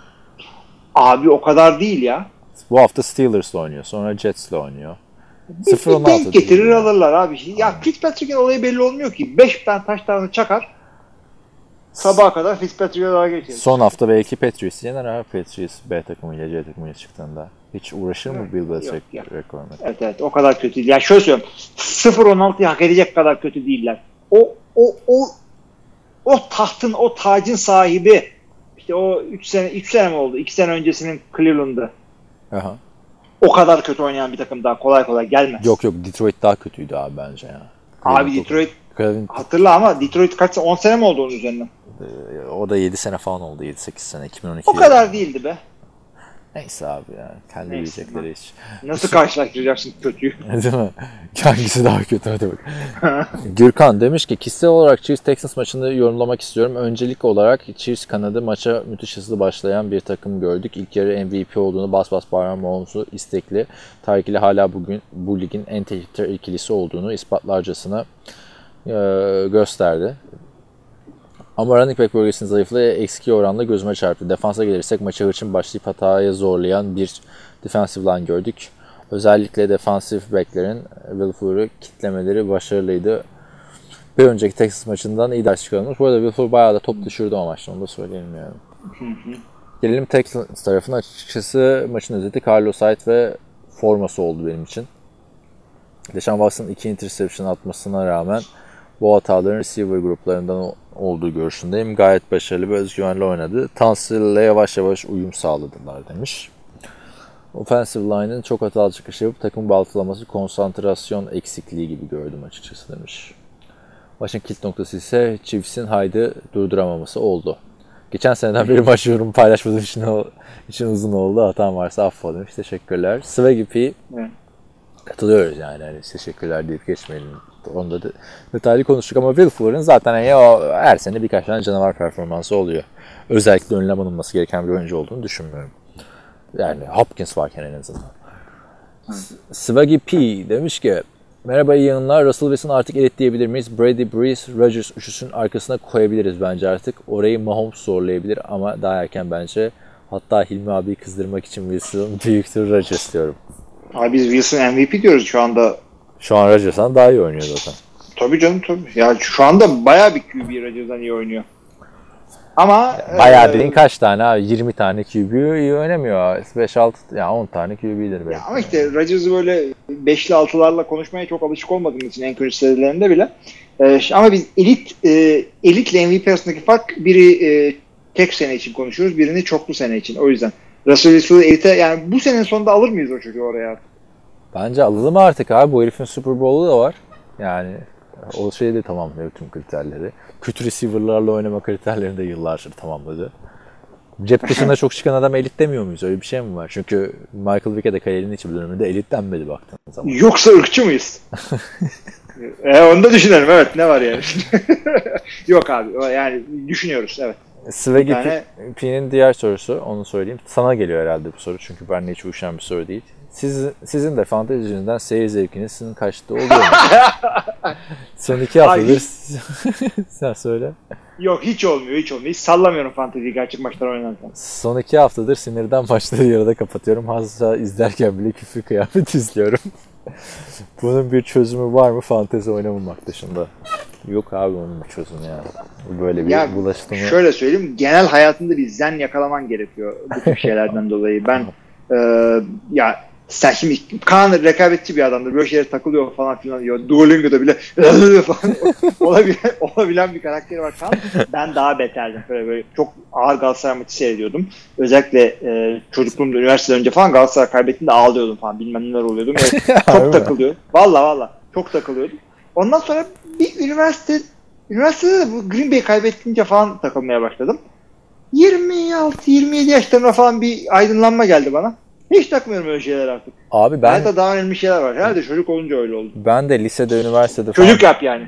Abi o kadar değil ya. Bu hafta Steelers'la oynuyor. Sonra Jets'le oynuyor. sıfır on altı denk getirir yani. Alırlar abi. Ya Fitzpatrick'in olayı belli olmuyor ki. beş tane taşlarını çakar. Sabaha kadar Fitzpatrick'e daha geçeriz. Son hafta belki Patriots yener abi. Patriots B takımıyla C takımıyla çıktığında. Hiç uğraşır mı Bill Belichick rekoruna? Evet evet, o kadar kötü değil. Yani şöyle söylüyorum. sıfır on altıyı hak edecek kadar kötü değiller. O o o o tahtın, o tacın sahibi işte o üç sene üç sene mi oldu? iki sene öncesinin Cleveland'ı. Aha. O kadar kötü oynayan bir takım daha kolay kolay gelmez. Yok yok, Detroit daha kötüydü abi bence ya. Abi Cleveland Detroit Cleveland... hatırla ama Detroit kaç on sene mi oldu onun üzerinden? O da yedi sene falan oldu. yedi sekiz sene. iki bin on iki. O kadar yani değildi be. Neyse abi yani. Kendi bilecekleri hiç. Nasıl karşılaştıracaksın kötüyü? Değil mi? Hangisi daha kötü? Hadi bak. Gürkan demiş ki kişisel olarak Chiefs-Texans maçını yorumlamak istiyorum. Öncelik olarak Chiefs kanadı maça müthiş hızlı başlayan bir takım gördük. İlk yarı M V P olduğunu bas bas bağıran Mahomes'u istekli. Tarık ile hala bugün bu ligin en tehlikeli ikilisi olduğunu ispatlarcasına e, gösterdi. Ama running back bölgesinin zayıflığı eski oranla gözüme çarptı. Defansa gelirsek maça hırçın başlayıp hataya zorlayan bir defensive line gördük. Özellikle defensive backlerin Will Fuller'ı kitlemeleri başarılıydı. Bir önceki Texas maçından iyi ders çıkarılmış. Bu arada Will Fuller bayağı da top düşürdü o maçta. Onu da söyleyelim yani. Gelelim Texans tarafına. Açıkçası maçın özeti Carlos Hyde ve forması oldu benim için. Deshaun Watson'ın iki interception atmasına rağmen bu hataların receiver gruplarından olduğu görüşündeyim. Gayet başarılı ve özgüvenli oynadı. Tansil'le yavaş yavaş uyum sağladılar demiş. Offensive line'ın çok hatalı çıkış yapıp takım baltalaması, konsantrasyon eksikliği gibi gördüm açıkçası demiş. Maçın kilit noktası ise Chiefs'in Hyde'ı durduramaması oldu. Geçen seneden beri maç yorumu paylaşmadığım için, için uzun oldu. Hatam varsa affola demiş. Teşekkürler. Swaggy P. Evet. Katılıyoruz yani. yani. Teşekkürler deyip geçmeyelim. Onda da detaylı konuştuk ama Will Fuller'ın zaten yani o her sene birkaç tane canavar performansı oluyor. Özellikle önlem alınması gereken bir oyuncu olduğunu düşünmüyorum. Yani Hopkins varken en azından. Swaggy P demiş ki merhaba, iyi yayınlar. Russell Wilson artık elit diyebilir miyiz? Brady, Brees, Rodgers üçlüsünün arkasına koyabiliriz bence artık. Orayı Mahomes zorlayabilir ama daha erken bence. Hatta Hilmi abiyi kızdırmak için Wilson büyüktür Rodgers diyorum. Abi biz Wilson M V P diyoruz şu anda. Şu an Rodgers'dan daha iyi oynuyor zaten. Tabii canım tabii. Ya şu anda bayağı bir Q B Rodgers'dan iyi oynuyor. Ama bayağı e, dediğin kaç tane abi? yirmi tane Q B iyi oynamıyor. beş altı yani on tane Q B'dir belki. Ya ama işte Rodgers'ı böyle beşli altılarla konuşmaya çok alışık olmadığımız için en kötü serilerinde bile. Ee, ama biz elit e, elitle M V P arasındaki fark biri e, tek sene için konuşuyoruz, birini çoklu sene için. O yüzden Russell Wilson'ı elite yani bu senenin sonunda alır mıyız o çocuğu oraya artık? Bence alalım artık abi. Bu herifin Super Bowl'u da var. Yani o şey de tamamlıyor tüm kriterleri. Kötü receiver'larla oynama kriterlerini de yıllardır tamamladı. Cep dışında çok çıkan adam elit demiyor muyuz? Öyle bir şey mi var? Çünkü Michael Vick'e de kariyerin içi bölümünde elit denmedi baktığın zaman. Yoksa ırkçı mıyız? e, onu da düşünelim, evet, ne var yani? Yok abi, yani düşünüyoruz, evet. Swaggy tane... P'nin diğer sorusu, onu söyleyeyim. Sana geliyor herhalde bu soru çünkü benimle hiç uyuşan bir soru değil. Siz, sizin de fantezi yüzünden seyir zevkinizin kaçtığı oluyor mu? Son iki haftadır sen söyle. Yok, hiç olmuyor, hiç olmuyor. Hiç sallamıyorum fanteziyi gerçek maçlar oynarken. Son iki haftadır sinirden maçları yarıda kapatıyorum. Hazırsa izlerken bile küfür kıyafet izliyorum. Bunun bir çözümü var mı fantezi oynamamak dışında? Yok abi onun bir çözümü yani. Böyle bir ya, bulaştı mı? Şöyle söyleyeyim, genel hayatında bir zen yakalaman gerekiyor bu tür şeylerden dolayı. Ben e, ya sen şimdi Kaan rekabetçi bir adamdır. Böyle şeylere takılıyor falan filan diyor. Duolingo'da bile falan olabilen, olabilen bir karakteri var Kaan. Ben daha beterdim. Böyle, böyle çok ağır Galatasaray maçı seyrediyordum. Özellikle e, çocukluğumda, üniversiteden önce falan Galatasaray kaybettiğinde ağlıyordum falan. Bilmem neler oluyordu. Yani çok takılıyor. Valla valla çok takılıyordum. Ondan sonra bir üniversite üniversitede de bu Green Bay kaybettiğince falan takılmaya başladım. yirmi altı yirmi yedi yaşlarında falan bir aydınlanma geldi bana. Hiç takmıyorum öyle şeyler artık. Abi ben... Hayatta daha önemli şeyler var. Herhalde çocuk olunca öyle oldu. Ben de lisede, üniversitede falan... Çocuk yap yani.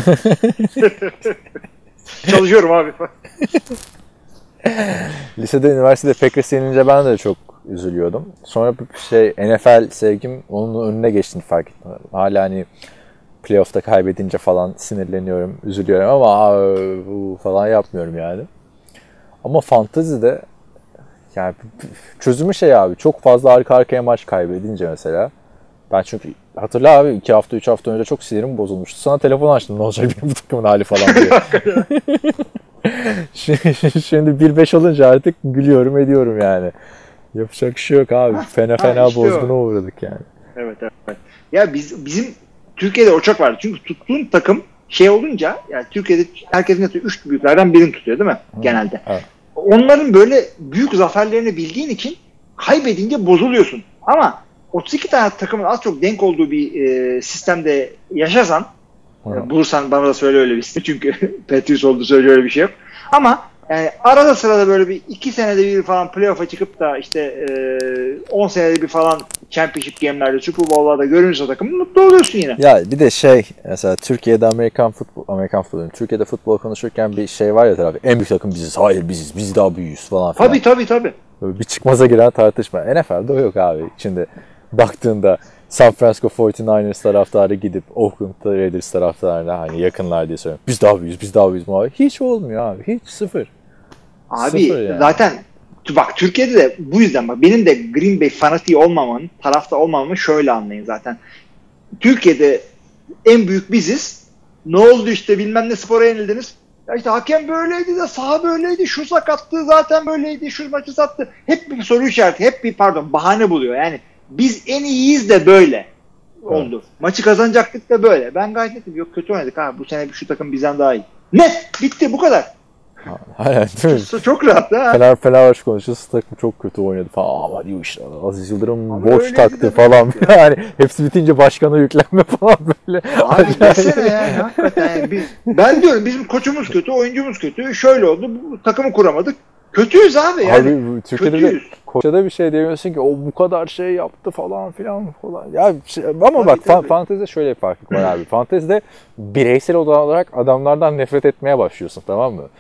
Çalışıyorum abi. Lisede, üniversitede Packers yenince ben de çok üzülüyordum. Sonra şey N F L sevgim onun önüne geçtiğini fark ettim. Hala hani playoff'ta kaybedince falan sinirleniyorum, üzülüyorum ama bu falan yapmıyorum yani. Ama fantezide yani çözümü şey abi, çok fazla arka arkaya maç kaybedince mesela. Ben çünkü hatırla abi iki hafta üç hafta önce çok sinirim bozulmuştu. Sana telefon açtım, ne olacak benim bu takımın hali falan diye. Şimdi bir beş olunca artık gülüyorum ediyorum yani. Yapacak bir şey yok abi. Fena fena ha, işte bozguna o. uğradık yani. Evet evet. Ya biz bizim Türkiye'de o çok vardı. Çünkü tuttuğun takım şey olunca yani Türkiye'de herkesin üç büyüklerden birini tutuyor değil mi? Hı, genelde. Evet. Onların böyle büyük zaferlerini bildiğin için kaybedince bozuluyorsun. Ama otuz iki tane takımın az çok denk olduğu bir e, sistemde yaşasan, e, bulursan bana da söyle öyle bir sistem. Çünkü Patriots olduğu söyle öyle bir şey yok. Ama yani arada sırada böyle bir iki senede bir falan playoff'a çıkıp da işte e, on senede bir falan championship game'lerde, Super Bowl'larda görünürse takımın mutlu oluyorsun yine. Ya bir de şey mesela Türkiye'de Amerikan futbol, Amerikan futbolu, Türkiye'de futbol konuşurken bir şey var ya tabii. En büyük takım biziz. Hayır biziz. Biz daha büyüğüz falan filan. Tabii tabii tabii. Böyle bir çıkmaza giren tartışma. N F L'de o yok abi. Şimdi baktığında San Francisco kırk dokuzers taraftarı gidip Oakland Raiders taraftarına hani yakınlar diye söylüyor. Biz daha büyüğüz. Biz daha büyüğüz. Abi. Hiç olmuyor abi. Hiç sıfır. Abi yani. Zaten bak Türkiye'de de bu yüzden bak benim de Green Bay fanatiği olmamın, tarafta olmamın şöyle anlayın zaten. Türkiye'de en büyük biziz. Ne oldu işte bilmem ne spora yenildiniz. Ya işte hakem böyleydi de saha böyleydi. Şu sakattı zaten böyleydi. Şu maçı sattı. Hep bir soru işareti. Hep bir pardon bahane buluyor. Yani biz en iyiyiz de böyle oldu. Evet. Maçı kazanacaktık da böyle. Ben gayet netim. Yok kötü oynadık ha. Bu sene şu takım bizden daha iyi. Net. Bitti. Bu kadar. Aynen değil mi? Çok rahat ha. Fener Fenerbahçe konuşuyoruz. Takım çok kötü oynadı falan. Ama diyor işte Aziz Yıldırım ama borç taktı falan. Yani hepsi bitince başkana yüklenme falan böyle. Abi desene yani hakikaten. Yani biz, ben diyorum bizim koçumuz kötü, oyuncumuz kötü. Şöyle oldu. Bu takımı kuramadık. Kötüyüz abi yani. Abi Türkiye'de de koça da bir şey diyemiyorsun ki o bu kadar şey yaptı falan filan falan. Ya şey, ama tabii, bak tabii. Fantezide şöyle bir farklılık var abi. Fantezide bireysel olarak adamlardan nefret etmeye başlıyorsun, tamam mı?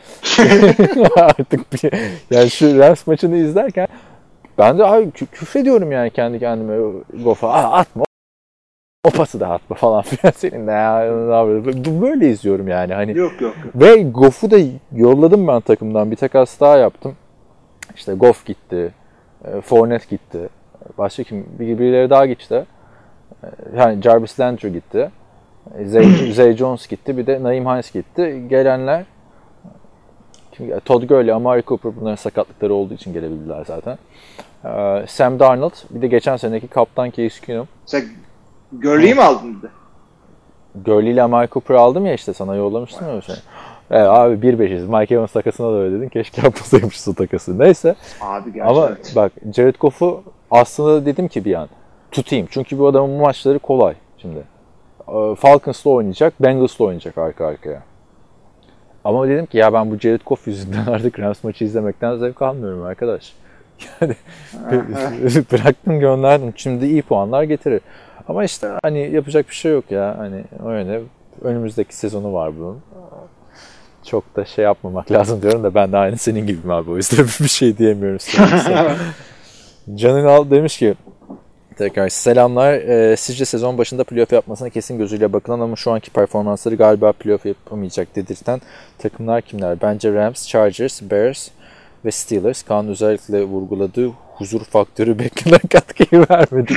Artık bir, yani şu Rams maçını izlerken ben de abi küfrediyorum yani kendi kendime Goff'a atma. O pası da atma falan filan senin de ya. Böyle izliyorum yani. Hani yok yok. Ve Goff'u da yolladım ben takımdan. Bir takas daha yaptım. İşte Goff gitti. Fournette gitti. Başka kim? Birileri daha gitti. Yani Jarvis Landry gitti. Zay, Zay Jones gitti. Bir de Naeem Hines gitti. Gelenler Kim, Todd Gurley, Amari Cooper bunların sakatlıkları olduğu için gelebildiler zaten. Ee, Sam Darnold, bir de geçen seneki kaptan Case Keenum. Sen Gurley'i mi aldın dedi? Gurley ile Amari Cooper'ı aldım ya işte, sana yollamıştım ya öyle şey. Evet abi bir beşiz. Mike Evans takasına da öyle dedin. Keşke yapmasaymışız o takası. Neyse. Abi gerçekten. Ama bak Jared Goff'u aslında dedim ki bir an tutayım. Çünkü bu adamın bu maçları kolay şimdi. Falcons'la oynayacak, Bengals'la oynayacak arka arkaya. Ama dedim ki ya ben bu Jared Goff yüzünden artık Rams maçı izlemekten zevk almıyorum arkadaş. Yani bıraktım gönderdim. Şimdi iyi puanlar getirir. Ama işte hani yapacak bir şey yok ya. Hani öyle önümüzdeki sezonu var bunun. Çok da şey yapmamak lazım diyorum da ben de aynı senin gibiyim abi. O yüzden bir şey diyemiyorum. Can Ünal demiş ki tekrar selamlar. Ee, sizce sezon başında playoff yapmasına kesin gözüyle bakılan ama şu anki performansları galiba playoff yapamayacak dedirten takımlar kimler? Bence Rams, Chargers, Bears ve Steelers. Kaan özellikle vurguladığı huzur faktörü beklenen katkıyı vermedi.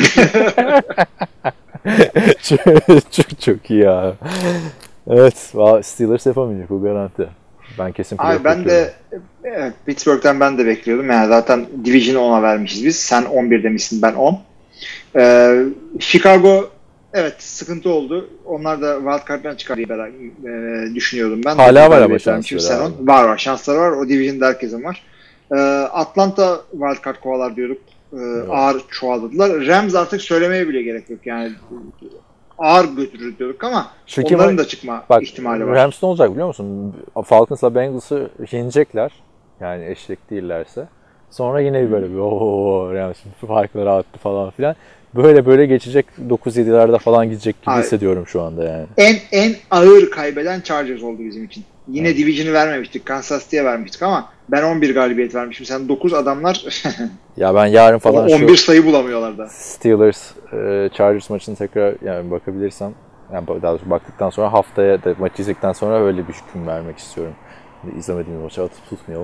çok, çok çok iyi ya. Evet, Steelers yapamayacak bu garanti. Ben kesin playoff Abi ben de evet, Pittsburgh'ten ben de bekliyordum. Yani zaten Division'ı ona vermişiz biz. Sen on bir demişsin, ben on. Ee, Chicago evet sıkıntı oldu. Onlar da wildcard'dan çıkar diye ben, e, düşünüyordum ben. Hala var ama şansları. Var var şansları var. O Division'da herkesin var. Ee, Atlanta wildcard kovalar diyorduk. Ee, ağır çoğaldılar. Rams artık söylemeye bile gerek yok. Yani ağır götürür diyorduk ama çünkü onların da çıkma bak, ihtimali var. Rams ne olacak biliyor musun? Falcons'la Bengals'ı yenecekler. Yani eşlik değillerse. Sonra yine böyle bir ooo Rams farkları attı falan filan. Böyle böyle geçecek dokuz yedilerde falan gidecek gibi Abi, hissediyorum şu anda yani. En en ağır kaybeden Chargers oldu bizim için. Yine evet. Division'ı vermemiştik. Kansas City'ye vermiştik ama ben on bir galibiyet vermişim. Sen dokuz adamlar ya ben yarın falan on bir sayı bulamıyorlar da. Steelers e, Chargers maçını tekrar yani bakabilirsem yani daha doğrusu baktıktan sonra haftaya da maçı izledikten sonra öyle bir hüküm vermek istiyorum. İzlemediğimiz maçı atıp tutmayalım.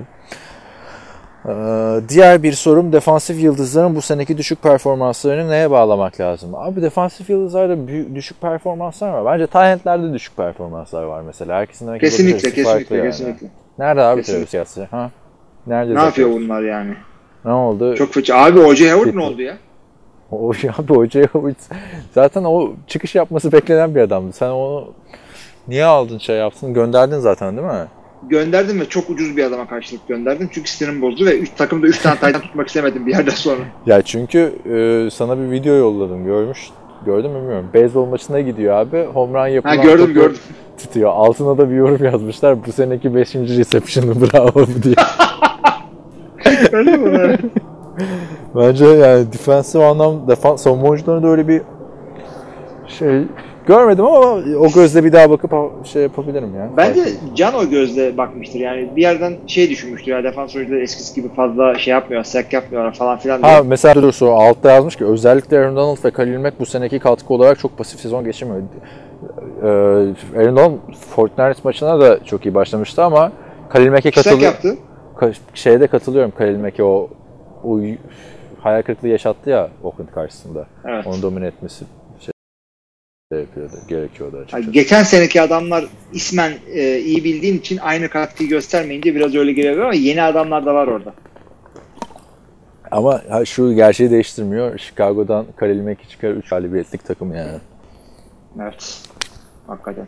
Ee, diğer bir sorum, defansif yıldızların bu seneki düşük performanslarını neye bağlamak lazım? Abi defansif yıldızlarda büyük, düşük performanslar var. Bence talentlerde düşük performanslar var mesela. Herkesin kesinlikle kesinlikle yani. kesinlikle. Nerede abi Travis Kelce? Ha? Nerede? Ne yapıyor bunlar yani? Ne oldu? Çok fıçı. Abi O J Howard ne oldu ya? O abi O J Howard zaten o çıkış yapması beklenen bir adamdı. Sen onu niye aldın şey yaptın? Gönderdin zaten değil mi? Gönderdim ve çok ucuz bir adama karşılık gönderdim. Çünkü sinirim bozdu ve üç, takımda üç tane taytan tutmak istemedim bir yerden sonra. Ya çünkü e, sana bir video yolladım. Görmüş, gördün mü bilmiyorum. Beyzbol maçına gidiyor abi. Home run yapılan ha, gördüm, gördüm. tutuyor. Altına da bir yorum yazmışlar. Bu seneki beşinci reception'ı bravo diye. Öyle mi? Bence yani defensive anlam, defans savunma oyuncularında da öyle bir şey görmedim ama o gözle bir daha bakıp şey yapabilirim ya. Bence Can o gözle bakmıştır. Yani bir yerden şey düşünmüştür ya, defans oyuncuları eskisi gibi fazla şey yapmıyor, sack yapmıyorlar falan filan diye. Ha mesela dur sonra altta yazmış ki özellikle Aaron Donald ve Khalil Mack bu seneki katkı olarak çok pasif sezon geçirmiyor. Ee, Aaron Donald Fortnite maçına da çok iyi başlamıştı ama Khalil Mack'e katılıyor. Sack yaptı. Şeyde katılıyorum Khalil Mack'e, o, o hayal kırıklığı yaşattı ya Oakland karşısında. Evet. Onu domine etmesi Yapıyordu, gerekiyordu açıkçası. Geçen seneki adamlar ismen e, iyi bildiğin için aynı katkıyı göstermeyince biraz öyle geliyor ama yeni adamlar da var orada. Ama şu gerçeği değiştirmiyor. Chicago'dan Khalil Mack'i çıkar üç galibiyetlik takım yani. Evet. Hakikaten.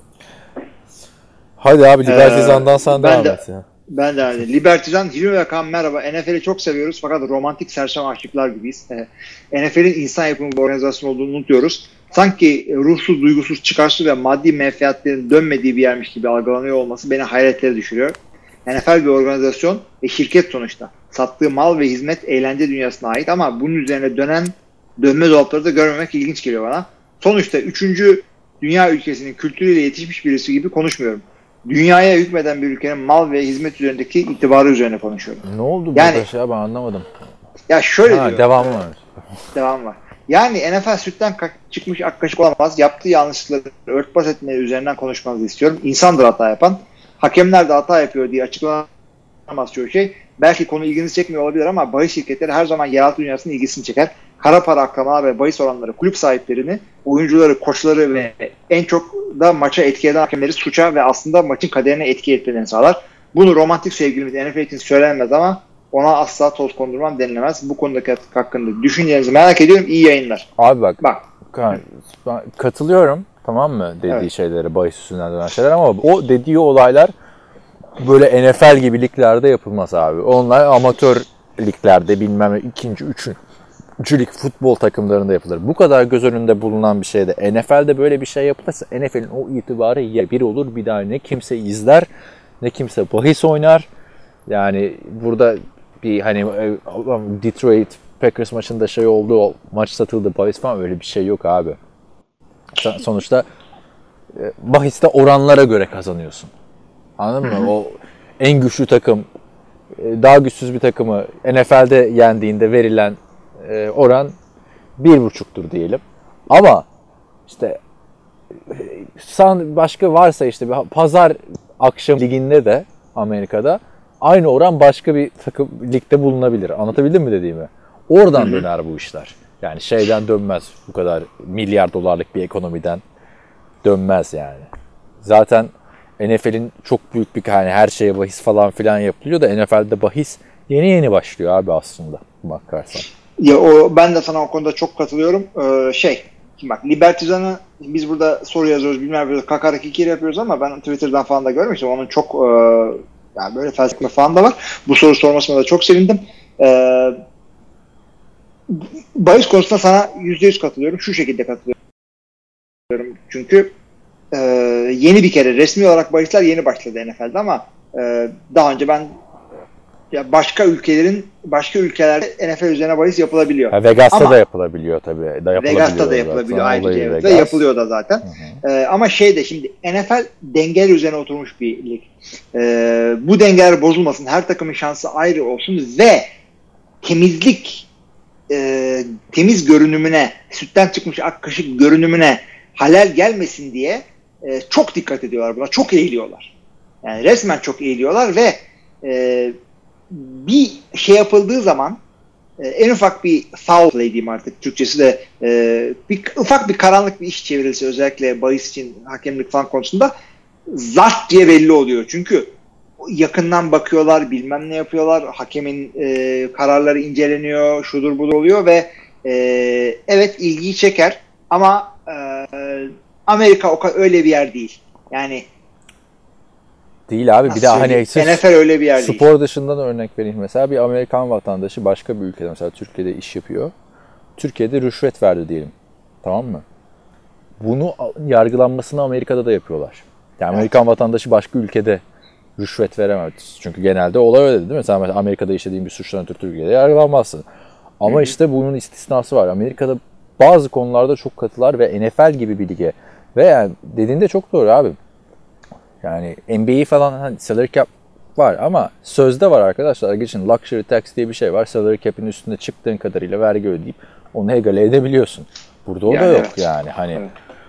Hadi abi Libertizan'dan ee, sen devam de, et ya. Ben de öyle. Libertizan, Hilmi ve Kaan merhaba. N F L'i çok seviyoruz fakat romantik sersem aşıklar gibiyiz. Ee, N F L'in insan yapımı bir organizasyon olduğunu unutuyoruz. Sanki ruhsuz, duygusuz, çıkarsız ve maddi menfaatlerin dönmediği bir yermiş gibi algılanıyor olması beni hayretlere düşürüyor. N F L bir organizasyon ve şirket sonuçta. Sattığı mal ve hizmet eğlence dünyasına ait ama bunun üzerine dönen dönme dolapları da görmemek ilginç geliyor bana. Sonuçta üçüncü dünya ülkesinin kültürüyle yetişmiş birisi gibi konuşmuyorum. Dünyaya hükmeden bir ülkenin mal ve hizmet üzerindeki itibarı üzerine konuşuyorum. Ne oldu yani, burada şey ben anlamadım. Ya şöyle ha, diyor. Devam var. Devam var. Yani N F L sütten çıkmış ak kaşık olamaz. Yaptığı yanlışlıkları örtbas etmeyi üzerinden konuşmanızı istiyorum. İnsandır hata yapan. Hakemler de hata yapıyor diye açıklanamaz çoğu şey. Belki konu ilginizi çekmiyor olabilir ama bahis şirketleri her zaman yeraltı dünyasının ilgisini çeker. Kara para aklamalar ve bahis oranları kulüp sahiplerini, oyuncuları, koçları ve en çok da maça etki eden hakemleri suça ve aslında maçın kaderine etki etmelerini sağlar. Bunu romantik sevgilimiz N F L için söylenmez ama ona asla toz kondurmam denilemez. Bu konudaki hakkında düşüncelerinizi merak ediyorum. İyi yayınlar. Abi bak, bak. katılıyorum, tamam mı, dediği evet. şeylere, bahis üstünden dönen şeyler, ama o dediği olaylar böyle N F L gibi liglerde yapılmaz abi. Onlar amatör liglerde, bilmem ikinci, üçüncü lig futbol takımlarında yapılır. Bu kadar göz önünde bulunan bir şeyde N F L'de böyle bir şey yapılırsa N F L'in o itibarı ya bir olur, bir daha ne kimse izler, ne kimse bahis oynar. Yani burada bir hani Detroit Packers maçında şey oldu, o maç satıldı, bahis falan, öyle bir şey yok abi. Sonuçta bahiste oranlara göre kazanıyorsun. Anladın mı? O en güçlü takım daha güçsüz bir takımı N F L'de yendiğinde verilen oran bir buçuktur diyelim. Ama işte başka varsa işte pazar akşam liginde de Amerika'da aynı oran başka bir takım ligde bulunabilir. Anlatabildim mi dediğimi? Oradan döner bu işler. Yani şeyden dönmez, bu kadar milyar dolarlık bir ekonomiden dönmez yani. Zaten N F L'in çok büyük bir, hani her şeye bahis falan filan yapılıyor da N F L'de bahis yeni yeni başlıyor abi aslında bakarsan. Ya o, ben de sana o konuda çok katılıyorum. Ee, şey, bak Libertizan'ı biz burada soru yazıyoruz, bilmem böyle kakarak ikili yapıyoruz ama ben Twitter'dan falan da görmüştüm. Onun çok e, yani böyle felsefe falan da var. Bu soru sormasına da çok sevindim. Ee, bahis konusunda sana yüzde yüz katılıyorum. Şu şekilde katılıyorum. Çünkü e, yeni bir kere resmi olarak bahisler yeni başladı N F L'de ama e, daha önce ben ya başka ülkelerin başka ülkelerde N F L üzerine bahis yapılabiliyor. Ha, Vegas'ta ama, da yapılabiliyor tabii. Da Vegas'ta da yapılabiliyor ayrıca evet. Ve yapılıyor da zaten. Ee, ama şey de şimdi N F L dengeler üzerine oturmuş bir lig. Ee, bu dengeler bozulmasın. Her takımın şansı ayrı olsun ve temizlik e, temiz görünümüne, sütten çıkmış ak kaşık görünümüne halel gelmesin diye e, çok dikkat ediyorlar buna. Çok eğiliyorlar. Yani resmen çok eğiliyorlar ve e, bir şey yapıldığı zaman e, en ufak bir foul play diyeyim artık Türkçesi de e, bir ufak bir karanlık bir iş çevrilse özellikle bahis için hakemlik falan konusunda zart diye belli oluyor. Çünkü yakından bakıyorlar, bilmem ne yapıyorlar, hakemin e, kararları inceleniyor, şudur budur oluyor ve e, evet ilgiyi çeker ama e, Amerika o kadar öyle bir yer değil. Yani değil abi. Bir de hani N F L öyle bir yer spor değil. dışından örnek vereyim. Mesela bir Amerikan vatandaşı başka bir ülkede, mesela Türkiye'de iş yapıyor. Türkiye'de rüşvet verdi diyelim. Tamam mı? Bunu yargılanmasını Amerika'da da yapıyorlar. Yani evet. Amerikan vatandaşı başka ülkede rüşvet veremez. Çünkü genelde olay öyle değil mi? Mesela Amerika'da işlediğin bir suçtan ötürü Türkiye'de yargılanmazsın. Ama Hı-hı. işte bunun istisnası var. Amerika'da bazı konularda çok katılar ve N F L gibi bir lige. Ve yani dediğinde çok doğru abi. Yani N B A falan hani salary cap var ama sözde var arkadaşlar. Geçin luxury tax diye bir şey var. Salary cap'in üstünde çıktığın kadarıyla vergi ödeyip onu egale edebiliyorsun. Burada o yani da yok evet. yani. Hani evet.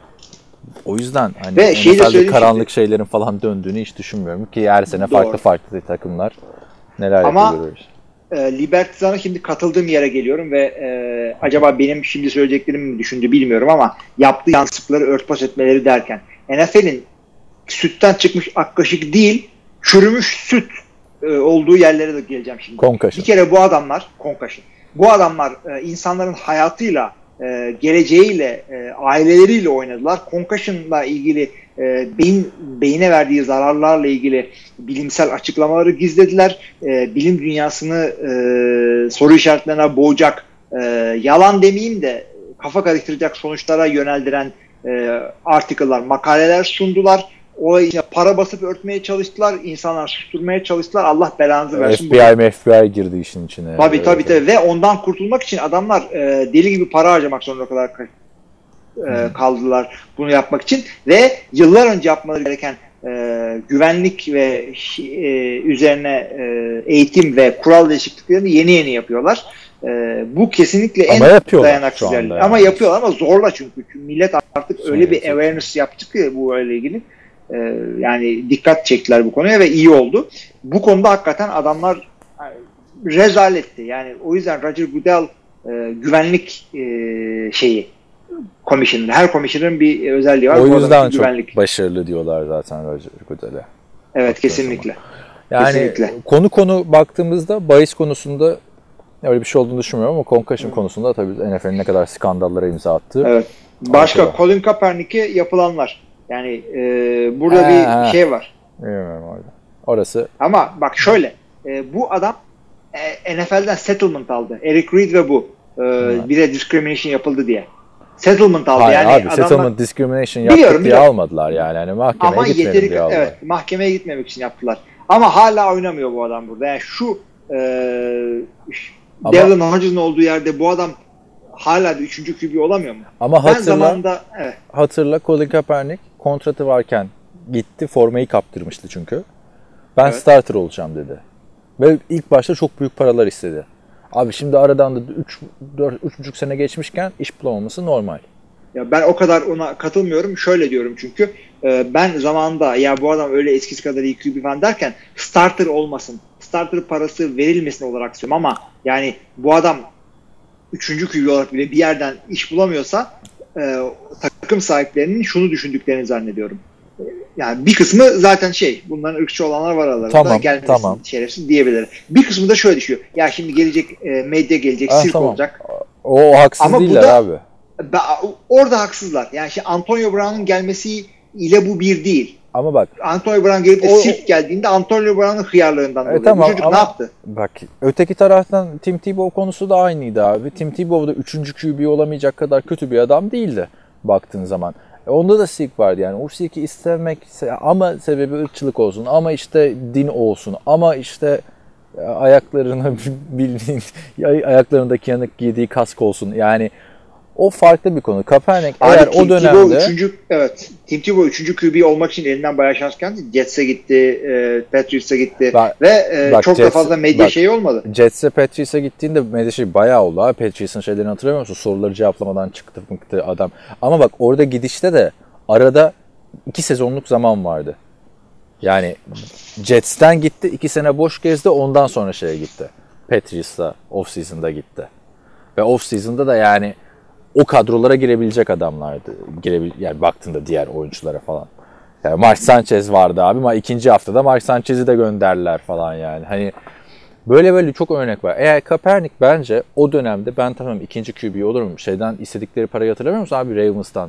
O yüzden hani N F L'de karanlık şimdi. şeylerin falan döndüğünü hiç düşünmüyorum ki her sene Doğru. farklı farklı takımlar neler ama, yapıyoruz. E, Libertizan'a şimdi katıldığım yere geliyorum ve e, acaba benim şimdi söyleyeceklerimi mi düşündü bilmiyorum ama yaptığı yansıkları örtbas etmeleri derken N F L'in sütten çıkmış ak kaşık değil, çürümüş süt e, olduğu yerlere de geleceğim şimdi. Konkaşın. Bir kere bu adamlar, konkaşın. Bu adamlar e, insanların hayatıyla, e, geleceğiyle, e, aileleriyle oynadılar. Konkaşınla ilgili e, beyin, beyine verdiği zararlarla ilgili bilimsel açıklamaları gizlediler. E, bilim dünyasını e, soru işaretlerine boğacak, e, yalan demeyeyim de kafa karıştıracak sonuçlara yöneldiren e, article'lar, makaleler sundular. O işte para basıp örtmeye çalıştılar. İnsanlar susturmaya çalıştılar. Allah belanızı versin. F B I, F B I girdi işin içine. Tabii tabii tabii. Ve ondan kurtulmak için adamlar e, deli gibi para harcamak zorunda kadar e, kaldılar bunu yapmak için. Ve yıllar önce yapmaları gereken e, güvenlik ve e, üzerine e, eğitim ve kural değişikliklerini yeni yeni yapıyorlar. E, bu kesinlikle ama en dayanaklı yani. Ama yapıyorlar ama zorla çünkü. çünkü millet artık Sonra öyle bir awareness yaptı ki bu öyle ilgili. Ee, yani dikkat çektiler bu konuya ve iyi oldu. Bu konuda hakikaten adamlar yani, rezaletti. Yani o yüzden Roger Goodell e, güvenlik e, şeyi komisyonu. Her komisyonun bir özelliği var. O yüzden çok güvenlik. Başarılı diyorlar zaten Roger Goodell'e. Evet kesinlikle. Yani Kesinlikle. konu konu baktığımızda bahis konusunda öyle bir şey olduğunu düşünmüyorum ama concussion hmm. konusunda tabii N F L'in ne kadar skandallara imza attı. Evet. Başka Ortada. Colin Kaepernick'e yapılanlar. Yani e, burada ee, bir şey var. Bilmiyorum orada. Orası. Ama bak şöyle. E, bu adam e, N F L'den settlement aldı. Eric Reid ve bu. E, hmm. Bir de discrimination yapıldı diye. Settlement aldı. Hayır yani abi adamlar, settlement discrimination yaptık biliyorum, diye biliyorum. Almadılar yani. yani mahkemeye ama gitmedim yeteri, diye aldılar. Evet, mahkemeye gitmemek için yaptılar. Ama hala oynamıyor bu adam burada. Yani şu e, Devlin Hodges'ın olduğu yerde bu adam hala bir üçüncü Q B olamıyor mu? Ama ben hatırla, zamanında, evet. hatırla Colin Kaepernick kontratı varken gitti formayı kaptırmıştı çünkü. Ben evet. starter olacağım dedi. Ve ilk başta çok büyük paralar istedi. Abi şimdi aradan da üç dört üç buçuk sene geçmişken iş bulamaması normal. Ya ben o kadar ona katılmıyorum. Şöyle diyorum çünkü e, ben zamanında ya bu adam öyle eskisi kadar iyi Q B falan derken starter olmasın. Starter parası verilmesin olarak istiyorum ama yani bu adam üçüncü Q B olarak bile bir yerden iş bulamıyorsa e, takım sahiplerinin şunu düşündüklerini zannediyorum. Yani bir kısmı zaten şey, bunların ırkçı olanlar var aralarında. Tamam, gelmesin tamam. şerefsiz diyebilir. Bir kısmı da şöyle düşüyor. Ya şimdi gelecek e, medya gelecek, ha, sirk tamam. olacak. O, o haksız ama değiller da, abi. Ben, orada haksızlar. Yani şey, Antonio Brown'un gelmesi ile bu bir değil. Ama bak. Antonio Brown gelip de sirk geldiğinde Antonio Brown'un hıyarlığından dolayı. E, tamam, bu çocuk ne yaptı? Bak öteki taraftan Tim Tebow konusu da aynıydı abi. Tim Tebow da üçüncü Q B olamayacak kadar kötü bir adam değildi baktığın zaman. E, onda da sirk vardı yani. O sirki istemek ama sebebi ırkçılık olsun ama işte din olsun ama işte ayaklarına bildiğin ayaklarındaki yanık giydiği kask olsun. Yani o farklı bir konu. Kaepernick Abi, eğer Tim o dönemde üçüncü, evet. Tim Tebow üçüncü Q B olmak için elinden bayağı şans geldi. Jets'e gitti, e, Patriots'a gitti bak, ve e, bak, çok Jets, da fazla medya bak, şeyi olmadı. Jets'e Patriots'a gittiğinde medya şeyi bayağı oldu. Abi. Patriots'ın şeylerini hatırlamıyor musun? Soruları cevaplamadan çıktı fıktı adam. Ama bak orada gidişte de arada iki sezonluk zaman vardı. Yani Jets'ten gitti, iki sene boş gezdi, ondan sonra şeye gitti. Patriots'la off-season'da gitti. Ve off-season'da da yani o kadrolara girebilecek adamlardı. Girebil yani baktığında diğer oyunculara falan. Yani Mark Sanchez vardı abi ama ikinci haftada Mark Sanchez'i de gönderdiler falan yani. Hani böyle böyle çok örnek var. Eğer Kaepernick bence o dönemde ben tamam ikinci Q B olurum. Şeyden istedikleri parayı hatırlamıyor musun abi Ravens'tan?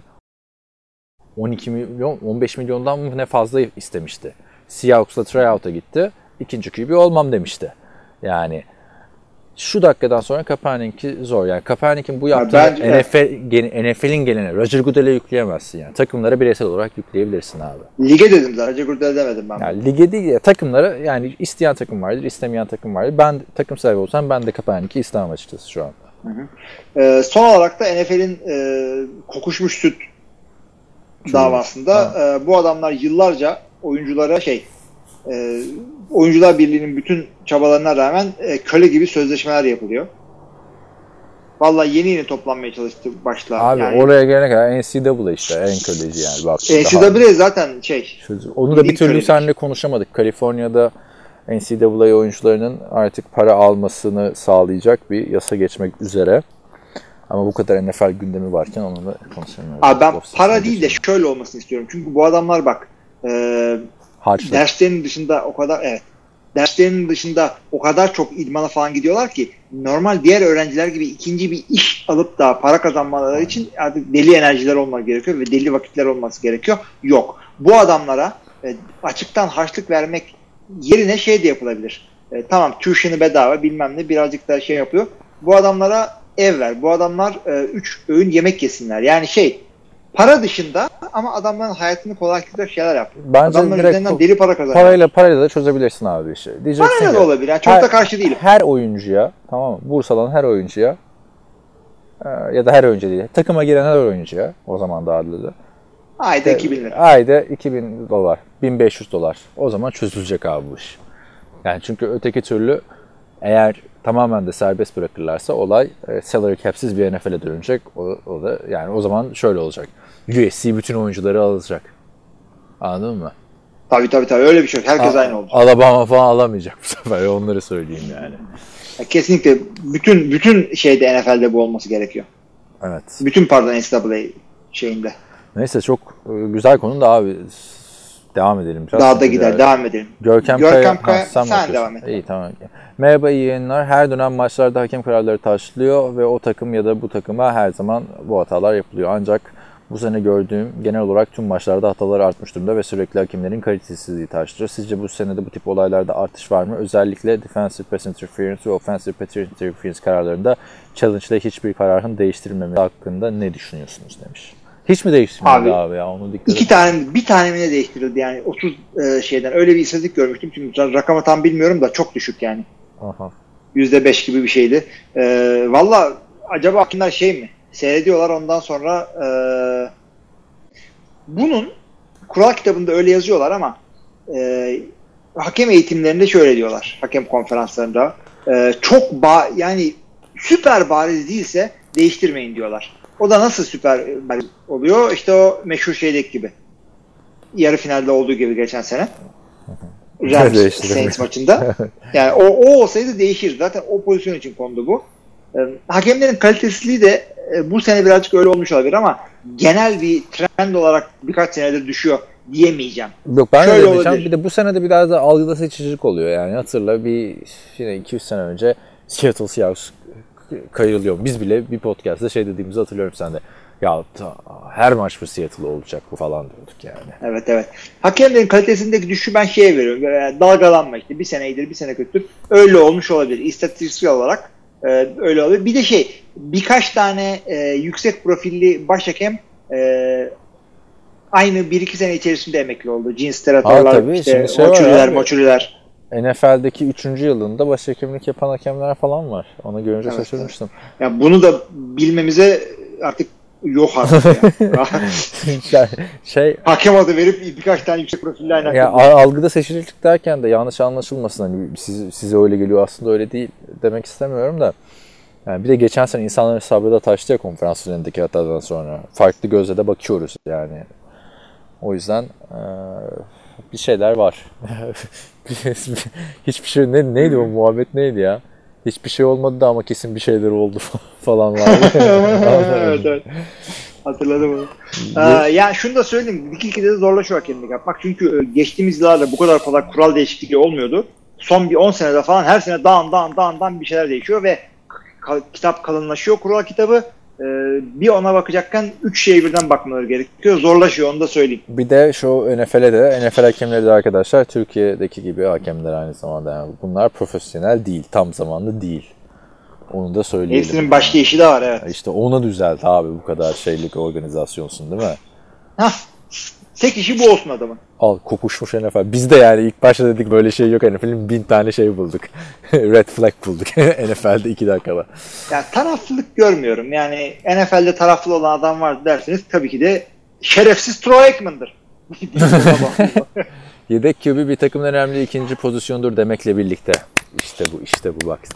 on iki milyon, on beş milyondan mı ne fazla istemişti. Seahawks'la tryout'a gitti. İkinci Q B olmam demişti. Yani şu dakikadan sonra Kaepernick'i zor. Yani Kaepernick'in bu yaptığını N F L'in gelene Roger Goodell'e yükleyemezsin yani. Takımlara bireysel olarak yükleyebilirsin abi. Lige dedim zaten. Roger Goodell demedim ben. Yani lige değil ya. Takımlara yani isteyen takım vardır, istemeyen takım vardır. Ben takım sahibi olsam ben de Kaepernick'i istemem açıkçası şu anda. Hı hı. Ee, son olarak da N F L'in e, kokuşmuş süt davasında e, bu adamlar yıllarca oyunculara şey e, Oyuncular Birliği'nin bütün çabalarına rağmen e, köle gibi sözleşmeler yapılıyor. Vallahi yeni yeni toplanmaya çalıştı başta. Abi yani, oraya gelene kadar N C A A işte en köleci yani. Bak, N C A A zaten şey. Onu da bir türlü seninle konuşamadık. Kaliforniya'da N C A A oyuncularının artık para almasını sağlayacak bir yasa geçmek üzere. Ama bu kadar N F L gündemi varken onunla konuşamıyoruz. Abi ben para değil de şöyle olmasını istiyorum. Çünkü bu adamlar bak e, derslerinin dışında o kadar evet derslerinin dışında o kadar çok idmana falan gidiyorlar ki normal diğer öğrenciler gibi ikinci bir iş alıp da para kazanmaları için artık deli enerjiler olmak gerekiyor ve deli vakitler olması gerekiyor. Yok. Bu adamlara e, açıktan harçlık vermek yerine şey de yapılabilir. E, tamam tuition'ı bedava bilmem ne birazcık da şey yapıyor. Bu adamlara ev ver. Bu adamlar üç e, öğün yemek yesinler. Yani şey para dışında ama adamların hayatını kolaylaştıracak şeyler yapıyor. Bence adamların üzerinden deli para kazanıyor. Parayla parayla da çözebilirsin abi işi. Diyeceksin parayla da olabilir. Yani çok her, da karşı değilim. Her oyuncuya tamam mı? Bursa'dan her oyuncuya e, ya da her oyuncu değil. Takıma giren her oyuncuya o zaman da adlı. Ayda iki bin lira. Ayda iki bin dolar. bin beş yüz dolar. O zaman çözülecek abi bu iş. Yani çünkü öteki türlü eğer tamamen de serbest bırakırlarsa olay e, salary cap'siz bir N F L'e dönecek. O, o da yani o zaman şöyle olacak. U S C bütün oyuncuları alacak. Anladın mı? Tabii tabii tabii öyle bir şey yok. Herkes A- aynı olacak. Alabama falan alamayacak bu sefer. Onları söyleyeyim yani. Ya kesinlikle bütün bütün şeyde N F L'de bu olması gerekiyor. Evet. Bütün pardon N C A A şeyinde. Neyse çok güzel konu da abi Devam edelim. Biraz Daha da gider. Devam, devam edelim. Görkem, Görkem Kaya, Kaya, ha, sen, sen devam et. İyi, tamam. Merhaba, iyi yayınlar. Her dönem maçlarda hakem kararları taşlıyor ve o takım ya da bu takıma her zaman bu hatalar yapılıyor. Ancak bu sene gördüğüm genel olarak tüm maçlarda hatalar artmış durumda ve sürekli hakemlerin kalitesizliği taştırıyor. Sizce bu sene de bu tip olaylarda artış var mı? Özellikle defensive pass interference ve offensive pass interference kararlarında challenge ile hiçbir kararın değiştirilmemesi hakkında ne düşünüyorsunuz demiş. Hiç mi değiştirmedi abi, abi ya? Onu dikkat iki tane, bir tane mi ne değiştirildi yani otuz e, şeyden. Öyle bir istatistik görmüştüm. Çünkü rakamı tam bilmiyorum da çok düşük yani. Aha. yüzde beş gibi bir şeydi. E, Valla acaba hakimler şey mi? Seyrediyorlar ondan sonra e, bunun kural kitabında öyle yazıyorlar ama e, hakem eğitimlerinde şöyle diyorlar. Hakem konferanslarında e, çok ba yani süper bariz değilse değiştirmeyin diyorlar. O da nasıl süper oluyor? İşte o meşhur şeydeki gibi. Yarı finalde olduğu gibi geçen sene. Rams Saints maçında. Yani o, o olsaydı değişir. Zaten o pozisyon için kondu bu. Ee, hakemlerin kalitesizliği de e, bu sene birazcık öyle olmuş olabilir ama genel bir trend olarak birkaç senedir düşüyor diyemeyeceğim. Yok ben Şöyle öyle diyeceğim. Bir de bu sene de biraz da algıda seçicilik oluyor yani. Hatırla bir yine iki üç sene önce Seattle Seahawks kayırılıyor. Biz bile bir podcast'ta şey dediğimizi hatırlıyorum sende. Ya ta, her maç bu Seattle olacak bu falan diyorduk yani. Evet evet. Hakemlerin kalitesindeki düşüşü ben şeye veriyorum. Yani dalgalanma işte. Bir sene iyidir bir sene kötüdür. Öyle olmuş olabilir. İstatistiksel olarak e, öyle olabilir. Bir de şey birkaç tane e, yüksek profilli başhakem e, aynı bir iki sene içerisinde emekli oldu. Gene Strattor'lar, işte Moçuriler, Moçuriler. N F L'deki üçüncü yılında başhakemlik yapan hakemler falan var. Onu görünce evet, şaşırmıştım. Evet. Ya bunu da bilmemize artık yok artık ya. şey, hakem adı verip birkaç tane yüksek profilli aynı ya, algıda seçicilik derken de yanlış anlaşılmasın. Hani siz, size öyle geliyor aslında öyle değil demek istemiyorum da. Yani bir de geçen sene insanların sabrı da taştı ya konferans önündeki hatadan sonra. Farklı gözle de bakıyoruz yani. O yüzden ee, bir şeyler var. Hiçbir şey ne, neydi o muhabbet neydi ya? Hiçbir şey olmadı da ama kesin bir şeyler oldu falan vardı. Evet, evet. Hatırladım onu. Ee, yani şunu da söyleyeyim. Bir iki de zorlaşıyor hakemlik yapmak. Çünkü geçtiğimiz yıllarda bu kadar kolay kural değişikliği olmuyordu. Son bir on senede falan her sene dağın dağın dağın dağın bir şeyler değişiyor ve ka- kitap kalınlaşıyor, kural kitabı. Ee, bir ona bakacakken üç şeye birden bakmaları gerekiyor. Zorlaşıyor, onu da söyleyeyim. Bir de şu N F L'e de, N F L hakemleri de arkadaşlar Türkiye'deki gibi hakemler aynı zamanda. Yani bunlar profesyonel değil, tam zamanlı değil. Onu da söyleyelim. Hepsinin başka işi de var, evet. İşte onu düzelt abi, bu kadar şeylik organizasyonsun değil mi? Hah. Tek işi bu olsun adamın. Al kokuşmuş N F L. Biz de yani ilk başta dedik böyle şey yok, N F L'in bin tane şey bulduk. Red flag bulduk N F L'de iki dakikada. Ya taraflılık görmüyorum. Yani N F L'de taraflı olan adam var derseniz tabii ki de şerefsiz Troy Aikman'dır. Yedek Q B bir takımın önemli ikinci pozisyonudur demekle birlikte. İşte bu, işte bu bak.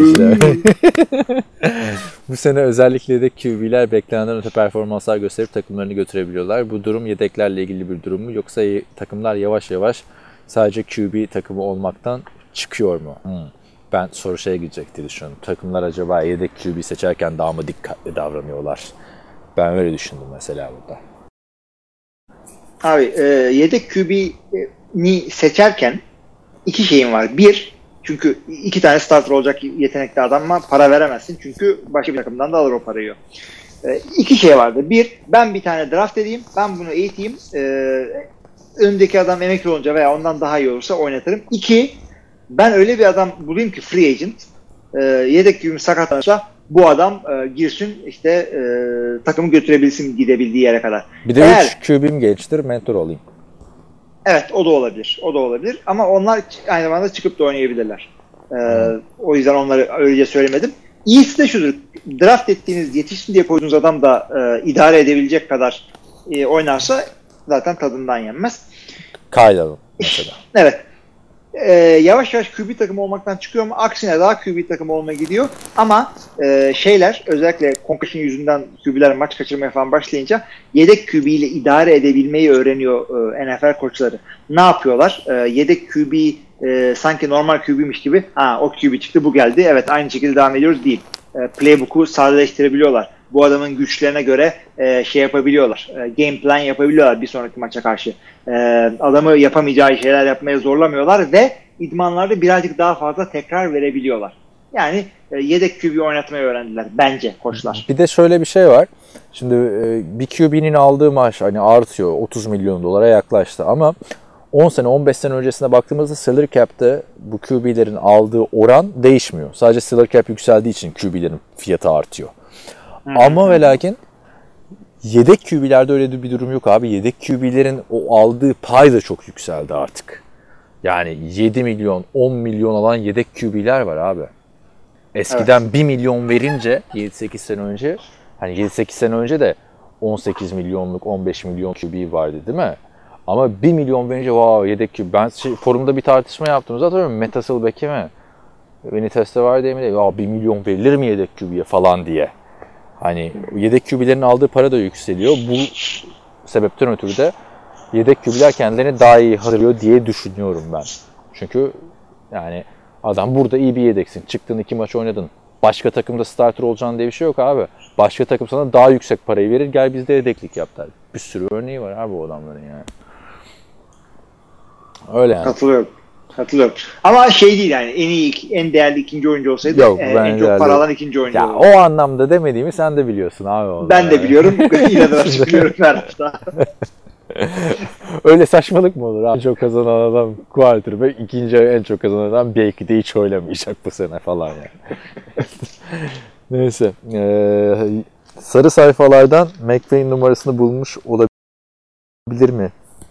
Bu sene özellikle yedek Q B'ler beklenenden öte performanslar gösterip takımlarını götürebiliyorlar. Bu durum yedeklerle ilgili bir durum mu? Yoksa takımlar yavaş yavaş sadece Q B takımı olmaktan çıkıyor mu? Hmm. Ben soru şeye gidecek diye düşünüyorum. Takımlar acaba yedek Q B seçerken daha mı dikkatli davranıyorlar? Ben öyle düşündüm mesela burada. Abi e, yedek Q B'ni seçerken iki şeyim var. Bir, çünkü iki tane starter olacak yetenekli adama para veremezsin. Çünkü başka bir takımdan da alır o parayı. E, iki şey vardı. Bir, ben bir tane draft edeyim. Ben bunu eğiteyim. E, önündeki adam emekli olunca veya ondan daha iyi olursa oynatırım. İki, ben öyle bir adam bulayım ki free agent. E, yedek Q B'mi sakatlanırsa bu adam e, girsin işte e, takımı götürebilsin gidebildiği yere kadar. Bir de Eğer, üç Q B'm gençtir, mentor olayım. Evet, o da olabilir. O da olabilir. Ama onlar aynı zamanda çıkıp da oynayabilirler. Ee, hmm. O yüzden onları öylece söylemedim. İyisi de şudur. Draft ettiğiniz, yetişsin diye koyduğunuz adam da e, idare edebilecek kadar e, oynarsa zaten tadından yenmez. Kaylalım mesela. Evet. Ee, yavaş yavaş Q B takımı olmaktan çıkıyor mu? Aksine daha Q B takımı olmaya gidiyor. Ama e, şeyler özellikle concussion yüzünden Q B'ler maç kaçırmaya falan başlayınca yedek Q B ile idare edebilmeyi öğreniyor e, N F L koçları. Ne yapıyorlar? E, yedek Q B e, sanki normal Q B'miş gibi ha o Q B çıktı bu geldi. Evet aynı şekilde devam ediyoruz değil. E, playbook'u sadeleştirebiliyorlar. bu adamın güçlerine göre e, şey yapabiliyorlar. E, game plan yapabiliyorlar bir sonraki maça karşı. E, adamı yapamayacağı şeyler yapmaya zorlamıyorlar ve idmanlarda birazcık daha fazla tekrar verebiliyorlar. Yani e, yedek Q B oynatmayı öğrendiler bence koçlar. Bir de şöyle bir şey var. Şimdi e, bir Q B'nin aldığı maaş hani artıyor. otuz milyon dolara yaklaştı ama on sene on beş sene öncesine baktığımızda salary cap'te bu Q B'lerin aldığı oran değişmiyor. Sadece salary cap yükseldiği için Q B'lerin fiyatı artıyor. Hmm. Ama ve lakin yedek Q B'lerde öyle bir durum yok abi. Yedek Q B'lerin o aldığı pay da çok yükseldi artık. Yani yedi milyon, on milyon alan yedek Q B'ler var abi. Eskiden evet. bir milyon verince yedi sekiz sene önce, hani yedi sekiz sene önce de on sekiz milyonluk, on beş milyon Q B vardı değil mi? Ama bir milyon verince wow yedek Q B. Ben şey, forumda bir tartışma yaptım. Zaten Meta Silbeck'e mi? Beni teste var diye mi? Ya bir milyon verilir mi yedek Q B'ye falan diye. Hani yedek Q B'lerin aldığı para da yükseliyor. Bu sebepten ötürü de yedek Q B'ler kendilerini daha iyi hazırlıyor diye düşünüyorum ben. Çünkü yani adam burada iyi bir yedeksin. Çıktın iki maç oynadın. Başka takımda starter olacaksın diye bir şey yok abi. Başka takım sana daha yüksek parayı verir. Gel bizde yedeklik yap der. Bir sürü örneği var abi o adamların yani. Öyle yani. Katılıyorum. Katılıyorum. Ama şey değil yani en iyi, en değerli ikinci oyuncu olsaydı yok, e, en çok para alan ikinci oyuncu ya, olurdu. O anlamda demediğimi sen de biliyorsun abi. Ben yani. de biliyorum. Yine de açıklıyorum her hafta. Öyle saçmalık mı olur abi? En çok kazanan adam quarterback, ikinci en çok kazanan adam belki de hiç oynamayacak bu sene falan yani. Neyse. Ee, sarı sayfalardan McVay'in numarasını bulmuş olabilir mi?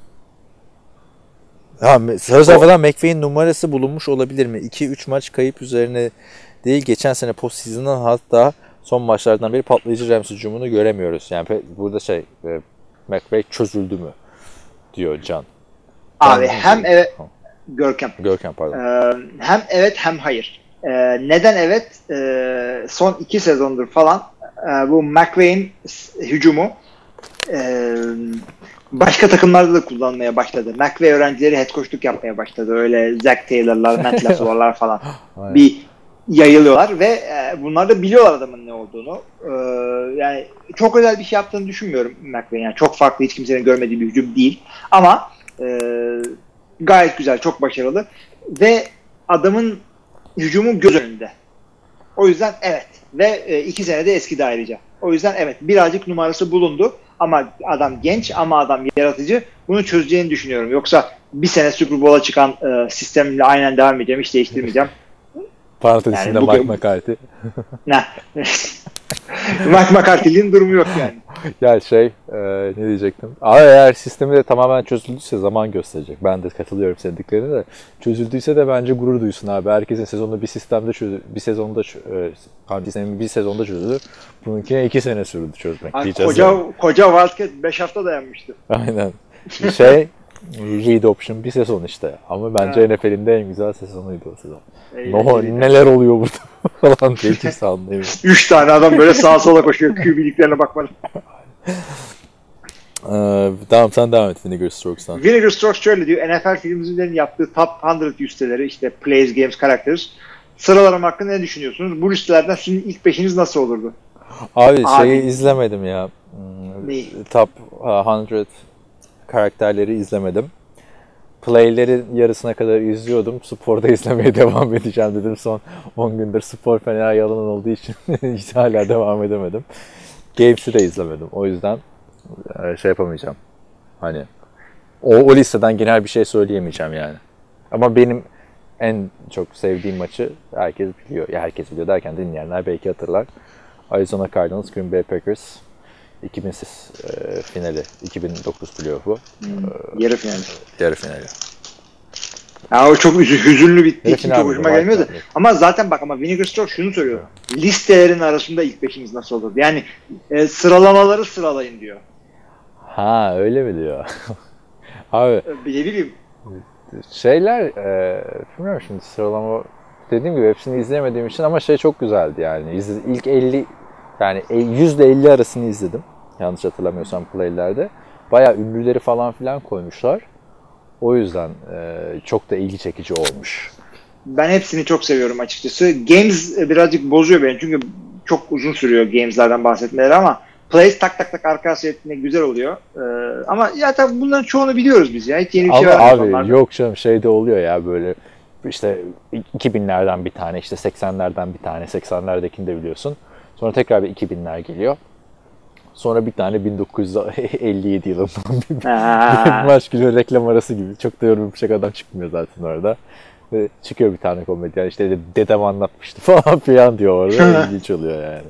Ha, sarı sayfadan McVay'in numarası bulunmuş olabilir mi? iki üç maç kayıp üzerine değil. Geçen sene postseason'dan hatta son maçlardan beri patlayıcı Rams hücumunu göremiyoruz. Yani burada şey McVay çözüldü mü diyor Can. Abi Can hem mi? Evet Görkem. Görkem pardon. Ee, hem evet hem hayır. Ee, neden evet? Ee, son iki sezondur falan e, bu McVay'in hücumu e, başka takımlarda da kullanmaya başladı. McVay öğrencileri head coachluk yapmaya başladı. Öyle Zach Taylor'lar, Matt LaFleur'lar falan. bir yayılıyorlar ve e, bunlar da biliyorlar adamın ne olduğunu. E, yani çok özel bir şey yaptığını düşünmüyorum McVay'in. Yani çok farklı, hiç kimsenin görmediği bir hücum değil. Ama e, gayet güzel, çok başarılı ve adamın hücumu göz önünde. O yüzden evet. Ve e, iki senede eskidi ayrıca. O yüzden evet, birazcık numarası bulundu. Ama adam genç, ama adam yaratıcı. Bunu çözeceğini düşünüyorum. Yoksa bir sene Super Bowl'a çıkan e, sistemle aynen devam edeceğim. Hiç değiştirmeyeceğim. Parantez içinde yani Mike McCarthy. Ne? Mike McCarthy'nin durumu yok yani. Ya şey, e, ne diyecektim? Ama eğer sistemi de tamamen çözüldüyse zaman gösterecek. Ben de katılıyorum senin dediklerine de. Çözüldüyse de bence gurur duysun abi. Herkesin sezonda bir sistemde çözülür. Bir sezonda e, bir sezonda çözülür. Bununkine iki sene sürdü çözmek. Abi, koca yani. koca Wildcat beş hafta dayanmıştı. Aynen. Şey, read option bir sezon işte. Ama bence ha. N F L'in de en güzel sezonuydu o sezon. No, neler oluyor burada falan diye kimse anlayamıyor. Üç tane adam böyle sağa sola koşuyor. Q B'liklerine bakmadan. ee, tamam sen devam et Vinegar Strokes'tan. Vinegar Strokes şöyle diyor. N F L filmcilerin yaptığı top yüz listeleri, işte Plays, Games, Characters. Sıralama hakkında ne düşünüyorsunuz? Bu listelerden sizin ilk beşiniz nasıl olurdu? Abi, Abi. şeyi izlemedim ya. Neyi? Top yüz karakterleri izlemedim. Play'lerin yarısına kadar izliyordum. Sporda izlemeye devam edeceğim dedim. Son on gündür spor fena yalan olduğu için hiç hala devam edemedim. Games'i de izlemedim. O yüzden şey yapamayacağım. Hani o, o listeden genel bir şey söyleyemeyeceğim yani. Ama benim en çok sevdiğim maçı herkes biliyor. Ya herkes biliyor derken dinleyenler belki hatırlar. Arizona Cardinals, Green Bay Packers. iki bin sekiz e, finali, iki bin dokuz playoff'u. Hmm, yarı finali. Yarı finali. Ya o çok üzü, hüzünlü bitti. Hiç çok hoşuma gelmiyordu. Ama zaten bak, ama Vinegar Strokes şunu söylüyor. Evet. Listelerin arasında ilk beşiniz nasıl olur? Yani e, sıralamaları sıralayın diyor. Ha, öyle mi diyor? Abi. Ne bileyim. Şeyler, e, bilmiyorum şimdi sıralama, dediğim gibi hepsini izleyemediğim için, ama şey çok güzeldi yani. İzle, ilk elli, yani yüzde elli arasını izledim. Yanlış hatırlamıyorsam play'lerde. Bayağı ünlüleri falan filan koymuşlar. O yüzden e, çok da ilgi çekici olmuş. Ben hepsini çok seviyorum açıkçası. Games birazcık bozuyor beni. Çünkü çok uzun sürüyor games'lerden bahsetmeleri ama plays tak tak tak arka seyrettiğinde güzel oluyor. Ee, ama ya tabii bunların çoğunu biliyoruz biz ya. Hiç yeni bir şey Ama vermiyor abi onlardan. yok canım şeyde oluyor ya böyle işte iki binlerden bir tane, işte seksenlerden bir tane, seksenlerdekini de biliyorsun. Sonra tekrar bir iki binler geliyor. Sonra bir tane bin dokuz yüz elli yedi yılından bir, bir maç günü reklam arası gibi. Çok da yorum yapacak adam çıkmıyor zaten orada. Ve çıkıyor bir tane komedyen işte dedem anlatmıştı falan filan diyor orada. İlginç oluyor yani.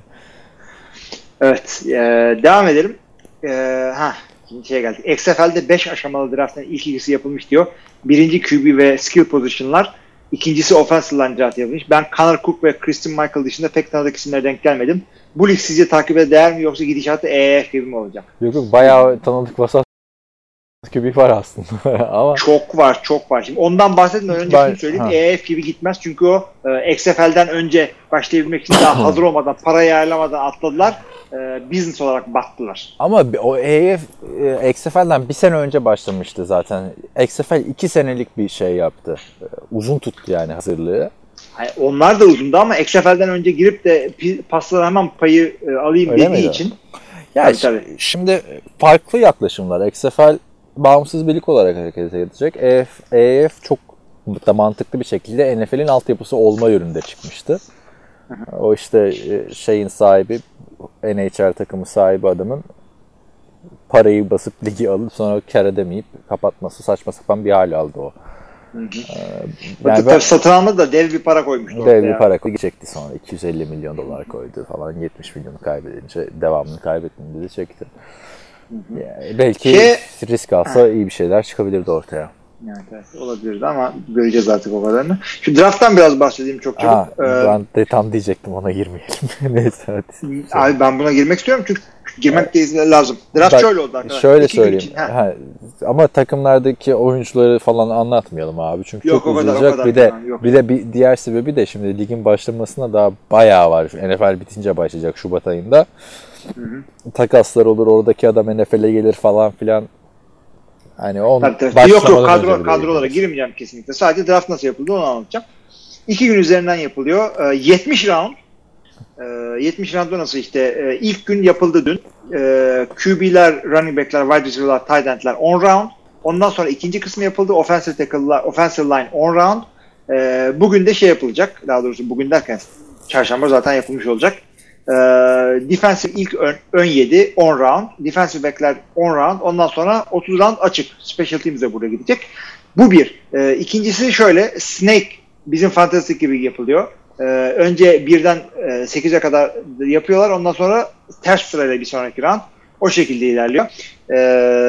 Evet. E, devam edelim. E, ha, şimdi şeye geldik. X F L'de beş aşamalı draft'ın ilk ikisi yapılmış diyor. Birinci Q B ve skill position'lar. İkincisi offensive line draft yapılmış. Ben Connor Cook ve Christian Michael dışında pek tanıdık isimlere denk gelmedim. Bu lig sizce takibe değer mi yoksa gidişatı E F gibi mi olacak? Yok yok bayağı tanıdık vasat gibi var aslında ama çok var çok var. Şimdi ondan bahsetmeden önce ben, şunu söyleyeyim. Ha. E F gibi gitmez çünkü o e, X F L'den önce başlayabilmek için daha hazır olmadan, parayı ayarlamadan atladılar. E, business olarak battılar. Ama o E F e, X F L'den bir sene önce başlamıştı zaten. X F L iki senelik bir şey yaptı. Uzun tuttu yani hazırlığı. Yani onlar da uzundu ama X F L'den önce girip de paslara hemen payı e, alayım Öyle dediği miydi? için. Ya tabii, ş- tabii. şimdi farklı yaklaşımlar. X F L bağımsız bir lig olarak hareket edecek. E F, E F çok da mantıklı bir şekilde N F L'in altyapısı olma yönünde çıkmıştı. O işte şeyin sahibi, N H L takımı sahibi adamın parayı basıp ligi alıp sonra kar edemeyip kapatması saçma sapan bir hal aldı o. Hı hı. Ee, yani tabii ben, satın almadı da dev bir para koymuştu dev ortaya. bir para koydu, çekti sonra iki yüz elli milyon dolar koydu falan, yetmiş milyonu kaybedince devamını kaybettiğinde de çekti. Yani belki Ki, risk alsa iyi bir şeyler çıkabilirdi ortaya. Evet, evet olabilirdi ama göreceğiz artık o kadarını. Şu draft'tan biraz bahsedeyim çok çabuk. Ha, ee, ben de tam diyecektim ona girmeyelim. Neyse hadi. Abi ben buna girmek istiyorum çünkü girmek de lazım. Draft Bak, şöyle oldu arkadaşlar. Şöyle İki gün söyleyeyim. için, ha. Ha, ama takımlardaki oyuncuları falan anlatmayalım abi. Çünkü Yok, çok o kadar, uzayacak. o kadar Bir de falan, yok. bir de bir diğer sebebi de şimdi ligin başlamasına daha bayağı var. N F L bitince başlayacak Şubat ayında. Hı hı. Takaslar olur, oradaki adam N F L'e gelir falan filan. Hani on Tabii, tabii. Yok yok kadro, kadrolara girmeyeceğim kesinlikle. Sadece draft nasıl yapıldı onu anlatacağım. İki gün üzerinden yapılıyor. E, yetmiş round. E, yetmiş round'da nasıl işte e, ilk gün yapıldı dün. E, Q B'ler, running back'ler, wide receiver'lar, tight end'ler on round. Ondan sonra ikinci kısmı yapıldı. Offensive tackle'lar, offensive line on round. E, bugün de şey yapılacak. Daha doğrusu bugün derken çarşamba zaten yapılmış olacak. E, defensive ilk ön, ön yedi on round. Defensive back'ler on round. Ondan sonra otuz round açık. Special teams de buraya gidecek. Bu bir. E, ikincisi şöyle. Snake bizim Fantastic gibi yapılıyor. E, önce birden e, sekize kadar yapıyorlar. Ondan sonra ters sırayla bir sonraki round. O şekilde ilerliyor. E,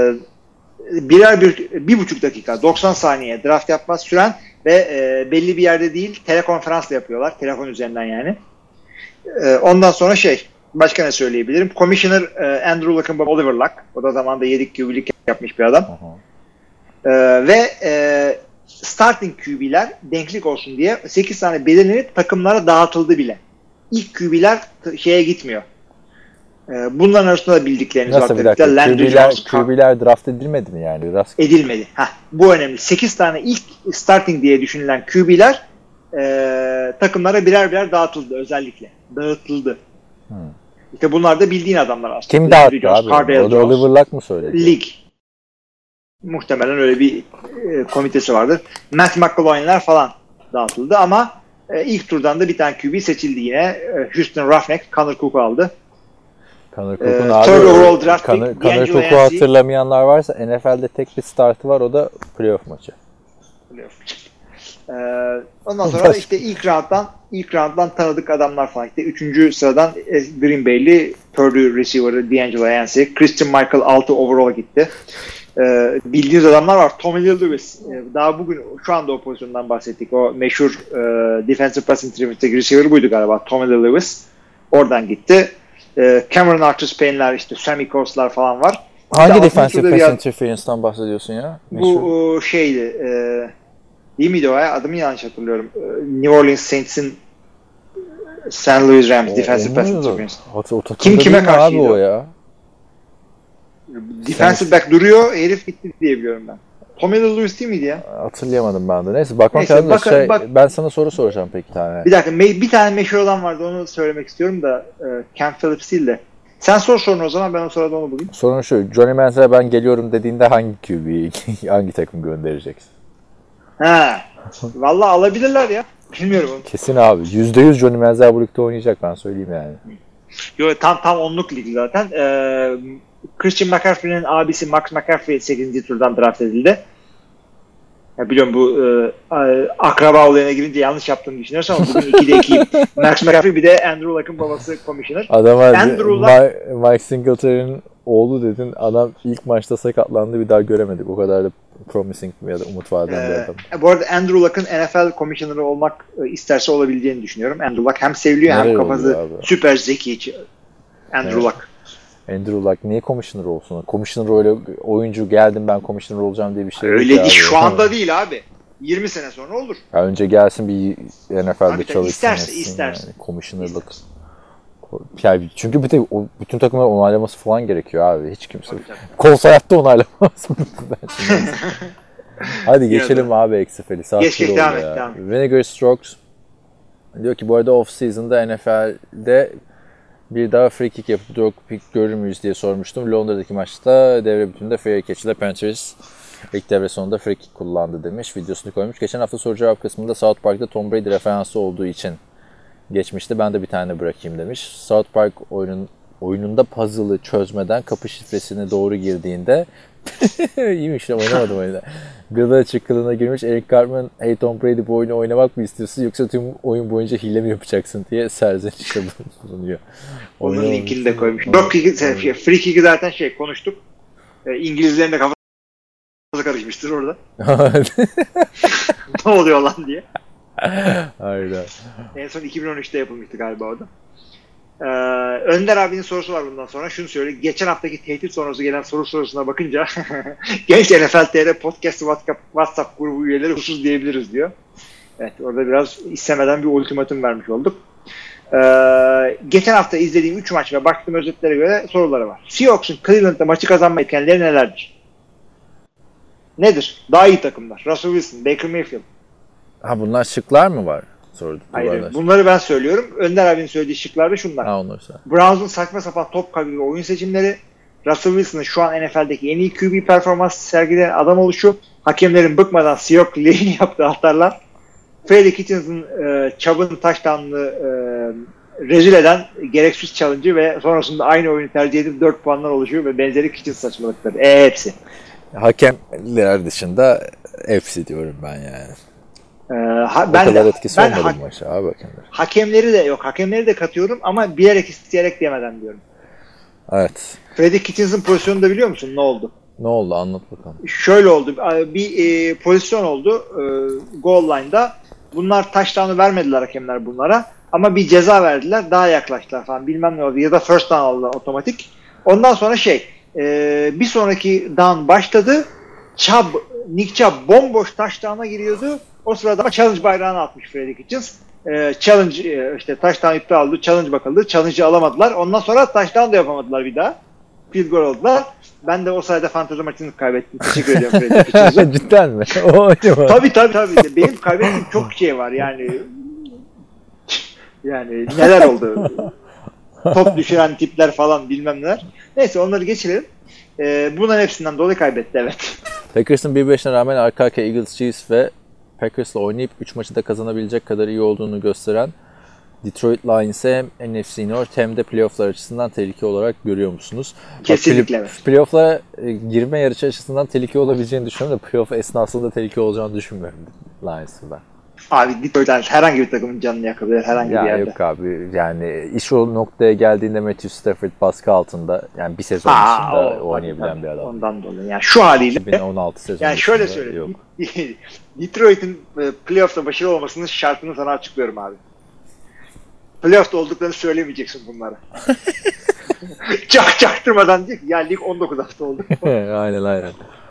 birer bir, bir buçuk dakika doksan saniye draft yapmaz süren ve e, belli bir yerde değil telekonferansla yapıyorlar. Telefon üzerinden yani. Ondan sonra şey, başka ne söyleyebilirim? Commissioner e, Andrew Luck'ın babası Oliver Luck. O da zamanında yedi Q B'lik yapmış bir adam. E, ve e, starting Q B'ler denklik olsun diye sekiz tane belirlenip takımlara dağıtıldı bile. İlk Q B'ler t- şeye gitmiyor. E, bunların arasında da bildikleriniz Nasıl var. bir dakika? Landry Q B'ler, Jones, Q B'ler draft edilmedi mi yani? Rast... edilmedi. Heh, bu önemli. sekiz tane ilk starting diye düşünülen Q B'ler e, takımlara birer birer dağıtıldı özellikle. Dağıtıldı. Hmm. İşte bunlar da bildiğin adamlar aslında. Kim dağıttı abi? O da Oliver Luck mı söyledi? Lig. Muhtemelen öyle bir e, komitesi vardır. Matt McElwain'ler falan dağıtıldı ama e, ilk turdan da bir tane Q B seçildi yine. E, Houston Roughnecks Connor Cook'u aldı. Connor Cook'un e, abi. Third overall draft pick, Connor, Connor Cook'u hatırlamayanlar varsa N F L'de tek bir startı var, o da playoff maçı. Playoff maçı. Ee, ondan sonra işte ilk round'dan ilk round'dan tanıdık adamlar falan. İşte üçüncü sıradan Green Bay'li Purdue receiver'ı D'Angelo Yancey, Christian Michael altı overall'a gitti. Ee, bildiğiniz adamlar var. Tommy Lewis. Ee, daha bugün şu anda o pozisyondan bahsettik. O meşhur e, defensive pass interference'deki receiver buydu galiba. Tommy Lewis. Oradan gitti. Ee, Cameron Arthur-Payne'ler işte Sammy Cos'lar falan var. Hangi defensive pass interference'dan bahsediyorsun ya? Meşhur. Bu o, şeydi e, değil miydi o ya? Adımı yanlış hatırlıyorum. New Orleans Saints'in Saint Louis Rams o, defensive pass interference. Kim kime karşıydı abi o ya? Defensive back duruyor, herif gitti diye biliyorum ben. Tommy Lee Lewis değil miydi ya? Hatırlayamadım ben de. Neyse bakmak Neyse, lazım da bak- şey, bak- ben sana soru soracağım peki tane. Bir dakika me- bir tane meşhur olan vardı onu söylemek istiyorum da e, Cam Phillips değil de. Sen sor sorunu o zaman ben o sırada onu bulayım. Sorun şu, Johnny Manziel'e ben geliyorum dediğinde hangi Q B'yi, hangi takım göndereceksin? Ha. Vallahi alabilirler ya. Bilmiyorum onu. Kesin abi. yüzde yüz Johnny Manziel bu ligde oynayacak ben söyleyeyim yani. Yo, tam tam onluk lig zaten. Ee, Christian McCaffrey'nin abisi Max McCaffrey sekizinci turdan draft edildi. Ya biliyorum bu e, akraba olayına girince yanlış yaptığımı düşünüyorsun ama bugün ikide ikiyim. Max McCaffrey bir de Andrew Luck'ın babası commissioner. Adama Andrew Luck- Mike, Mike Singletary'nin oğlu dedin. Adam ilk maçta sakatlandı bir daha göremedik. O kadar da promising ya da umut vadeden bir adam. Ee, bu arada Andrew Luck'ın N F L commissioner'ı olmak e, isterse olabileceğini düşünüyorum. Andrew Luck hem seviliyor Nereye hem kafası oluyor abi? süper zeki. Andrew Evet. Luck. Andrew Luck niye commissioner olsun? Commissioner öyle oyuncu geldim ben commissioner olacağım diye bir şey yok Öyle ya değil. abi. Şu anda değil abi. yirmi sene sonra olur. Ya önce gelsin bir N F L'de Tabii tabii, çalışsın. isterse, etsin isterse. Yani. Commissioner'lık. Yani çünkü bir de o, bütün takımların onaylaması falan gerekiyor abi. Hiç kimse. Tabii, tabii. Kol hayatta onaylamaz mı? Ben şimdi- Hadi geçelim Yine de. abi X F L'i. Saat Geç, geç, bir devam oldu et, ya. devam et. Vinegar Strokes diyor ki bu arada off season'da N F L'de bir daha free kick yapıp drop kick görür müyüz diye sormuştum. Londra'daki maçta devre bütününde free kick ile Panthers ilk devre sonunda free kick kullandı demiş. Videosunu koymuş. Geçen hafta soru cevap kısmında South Park'ta Tom Brady referansı olduğu için geçmişti. Ben de bir tane bırakayım demiş. South Park oyunun oyununda puzzle'ı çözmeden kapı şifresine doğru girdiğinde iyiymiş lan oynamadım oyunda. Bill Belichick kılığına girmiş. Eric Cartman hey Tom Brady bu oyunu oynamak mı istiyorsun yoksa tüm oyun boyunca hile mi yapacaksın diye serzenişte bulunuyor. Onun Oynamamış. linkini de koymuş. Drop kick'i, şey, free kick'i zaten şey konuştuk. E, İngilizlerin de kafası karışmıştır orada. Ne oluyor lan diye. Aynen. En son iki bin on üçte yapılmıştı galiba o da. Ee, Önder abinin sorusu var bundan sonra. Şunu söyle. Geçen haftaki tehdit sonrası gelen soru sorusuna bakınca genç N F L T R podcast WhatsApp, WhatsApp grubu üyeleri husus diyebiliriz diyor. Evet orada biraz istemeden bir ultimatum vermiş olduk. Ee, geçen hafta izlediğim üç maç ve baktığım özetlere göre soruları var. Seahawks'un Cleveland'da maçı kazanma etkenleri nelerdir? Nedir? Daha iyi takımlar. Russell Wilson, Baker Mayfield. Ha bunlar şıklar mı var? Sordu. Hayır, bunları ben söylüyorum. Önder abinin söylediği şıklar da şunlar. Ha onları söyle. Browns'un saçma sapan top kaybı ve oyun seçimleri, Russell Wilson'ın şu an N F L'deki en iyi Q B performans sergileyen adam oluşu, hakemlerin bıkmadan Seahawks lehine yaptığı hatalar, Freddie Kitchens'ın e, Chubb'ın touchdown'ını e, rezil eden gereksiz challenge'ı ve sonrasında aynı oyunu tercih edip dört puanlar oluşuyor ve benzeri Kitchens saçmalıkları. E hepsi. Hakemler dışında hepsi diyorum ben yani. Ee, ha, O ben kadar de, etkisi ben olmadı ha- bu maça abi hakemler. hakemleri de yok. Hakemleri de katıyorum ama bilerek isteyerek demeden diyorum. Evet. Freddie Kitchens'ın pozisyonunu da biliyor musun? Ne oldu? Ne oldu anlat bakalım. Şöyle oldu. Bir e, pozisyon oldu e, goal line'da. Bunlar touchdown'u vermediler hakemler bunlara. Ama bir ceza verdiler. Daha yaklaştılar falan. Bilmem ne oldu. Ya da first down aldılar otomatik. Ondan sonra şey e, bir sonraki down başladı. Chubb, Nick Chubb bomboş touchdown'a giriyordu. O sırada challenge bayrağını atmış Freddie Kitchens. E, challenge e, işte touchdown iptal oldu. Challenge bakıldı. Challenge'ı alamadılar. Ondan sonra touchdown da yapamadılar bir daha. Field goal oldular. Ben de o sayede fantezi maçını kaybettim. Teşekkür ediyorum Freddie Kitchens'e. Cidden mi? O acaba? Tabii tabii tabii. Benim kaybettiğim çok şey var yani. Yani neler oldu? Top düşüren tipler falan bilmem neler. Neyse onları geçelim. Ee, bunların hepsinden dolayı kaybetti evet. Packers'ın bir beşine rağmen arka arkaya Eagles, Chiefs ve Packers'la oynayıp üç maçı da kazanabilecek kadar iyi olduğunu gösteren Detroit Lions'e hem N F C North hem de playoff'lar açısından tehlike olarak görüyor musunuz? Kesinlikle evet. Playoff'lara e, girme yarışı açısından tehlike olabileceğini düşünüyorum da playoff esnasında tehlike olacağını düşünmüyorum Lions'ın ben. Abi Detroit'ten herhangi bir takımın canını yakabilir herhangi Ya bir yerde. yok abi yani iş o noktaya geldiğinde Matthew Stafford baskı altında yani bir sezon Aa, dışında o, oynayabilen ondan, bir adam. Ondan dolayı. Yani şu haliyle iki bin on altı sezonu yani şöyle dışında söyleyeyim. yok. Detroit'in e, playoff'ta başarılı olmasının şartını sana açıklıyorum abi. Playoff'ta olduklarını söylemeyeceksin bunlara. Çak çaktırmadan diye ya lig on dokuz hafta oldu. aynen aynen.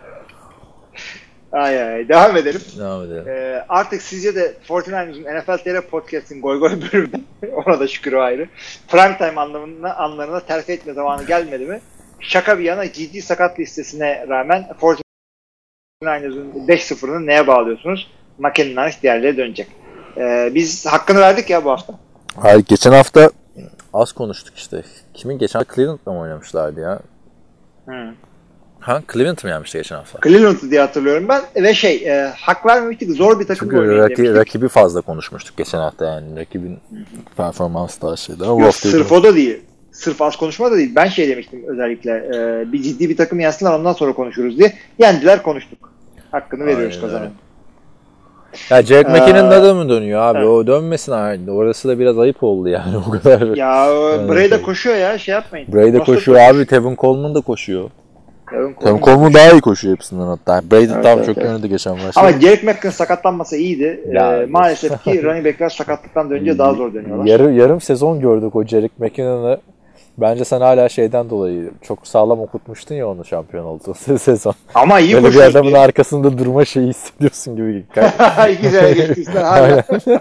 Ay ay devam edelim. Devam edelim. Ee, artık sizce de kırk dokuz'un N F L T R Podcast'in goy goy bölümünde ona da şükür o ayrı. Prime time anlamına, anlarına terfi etme zamanı gelmedi mi? Şaka bir yana ciddi sakat listesine rağmen kırk forty-niners'ın beş sıfırını neye bağlıyorsunuz? McKinnon hariç diğerleri dönecek. Ee, biz hakkını verdik ya bu hafta. Hayır, geçen hafta az konuştuk işte. Kimin geçen hafta Cleveland'la mı oynamışlardı ya? Hmm. Ha, Cleveland mı yenmişti geçen hafta? Cleveland'ı diye hatırlıyorum ben. Ve şey e, hak vermemiştik. Zor bir takım Çünkü oynayın raki, demiştik. rakibi fazla konuşmuştuk geçen hafta yani. Rakibin performansı daha şeydi. Ama bu Yok, hafta sırf o da değil. Sırf az konuşma da değil. Ben şey demiştim özellikle. E, bir ciddi bir takım yensinler ondan sonra konuşuruz diye. Yendiler, konuştuk. Hakkını veriyoruz kazanan. Ya Jack Ee, McKinnon'da da mı dönüyor abi? evet. O dönmesin abi. Orası da biraz ayıp oldu yani o kadar. Ya Yani Bray de şey. koşuyor ya, şey yapmayın. Bray de Nasıl koşuyor koşuyor? abi. Tevin Coleman da koşuyor. Tevin Tevin Coleman Coleman daha iyi koşuyor hepsinden hatta. Bray de Evet, tam evet, çok evet. önünde geçen maçta. Ama Jerick McKinnon sakatlanmasa iyiydi. Ya, Ee, maalesef ki running back'ler sakatlıktan dönünce daha zor dönüyorlar. Yarım, yarım sezon gördük o Jerick McKinnon'ı. Bence sen hala şeyden dolayı çok sağlam okutmuştun ya onu şampiyon olduğu sezon. Ama iyi Böyle bir koşuyor. adamın arkasında durma şeyi hissediyorsun gibi. İki sene geçtiysen hala.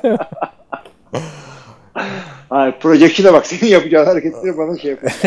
Hayır, projection'a bak, senin yapacağın hareketleri bana şey yapıyor.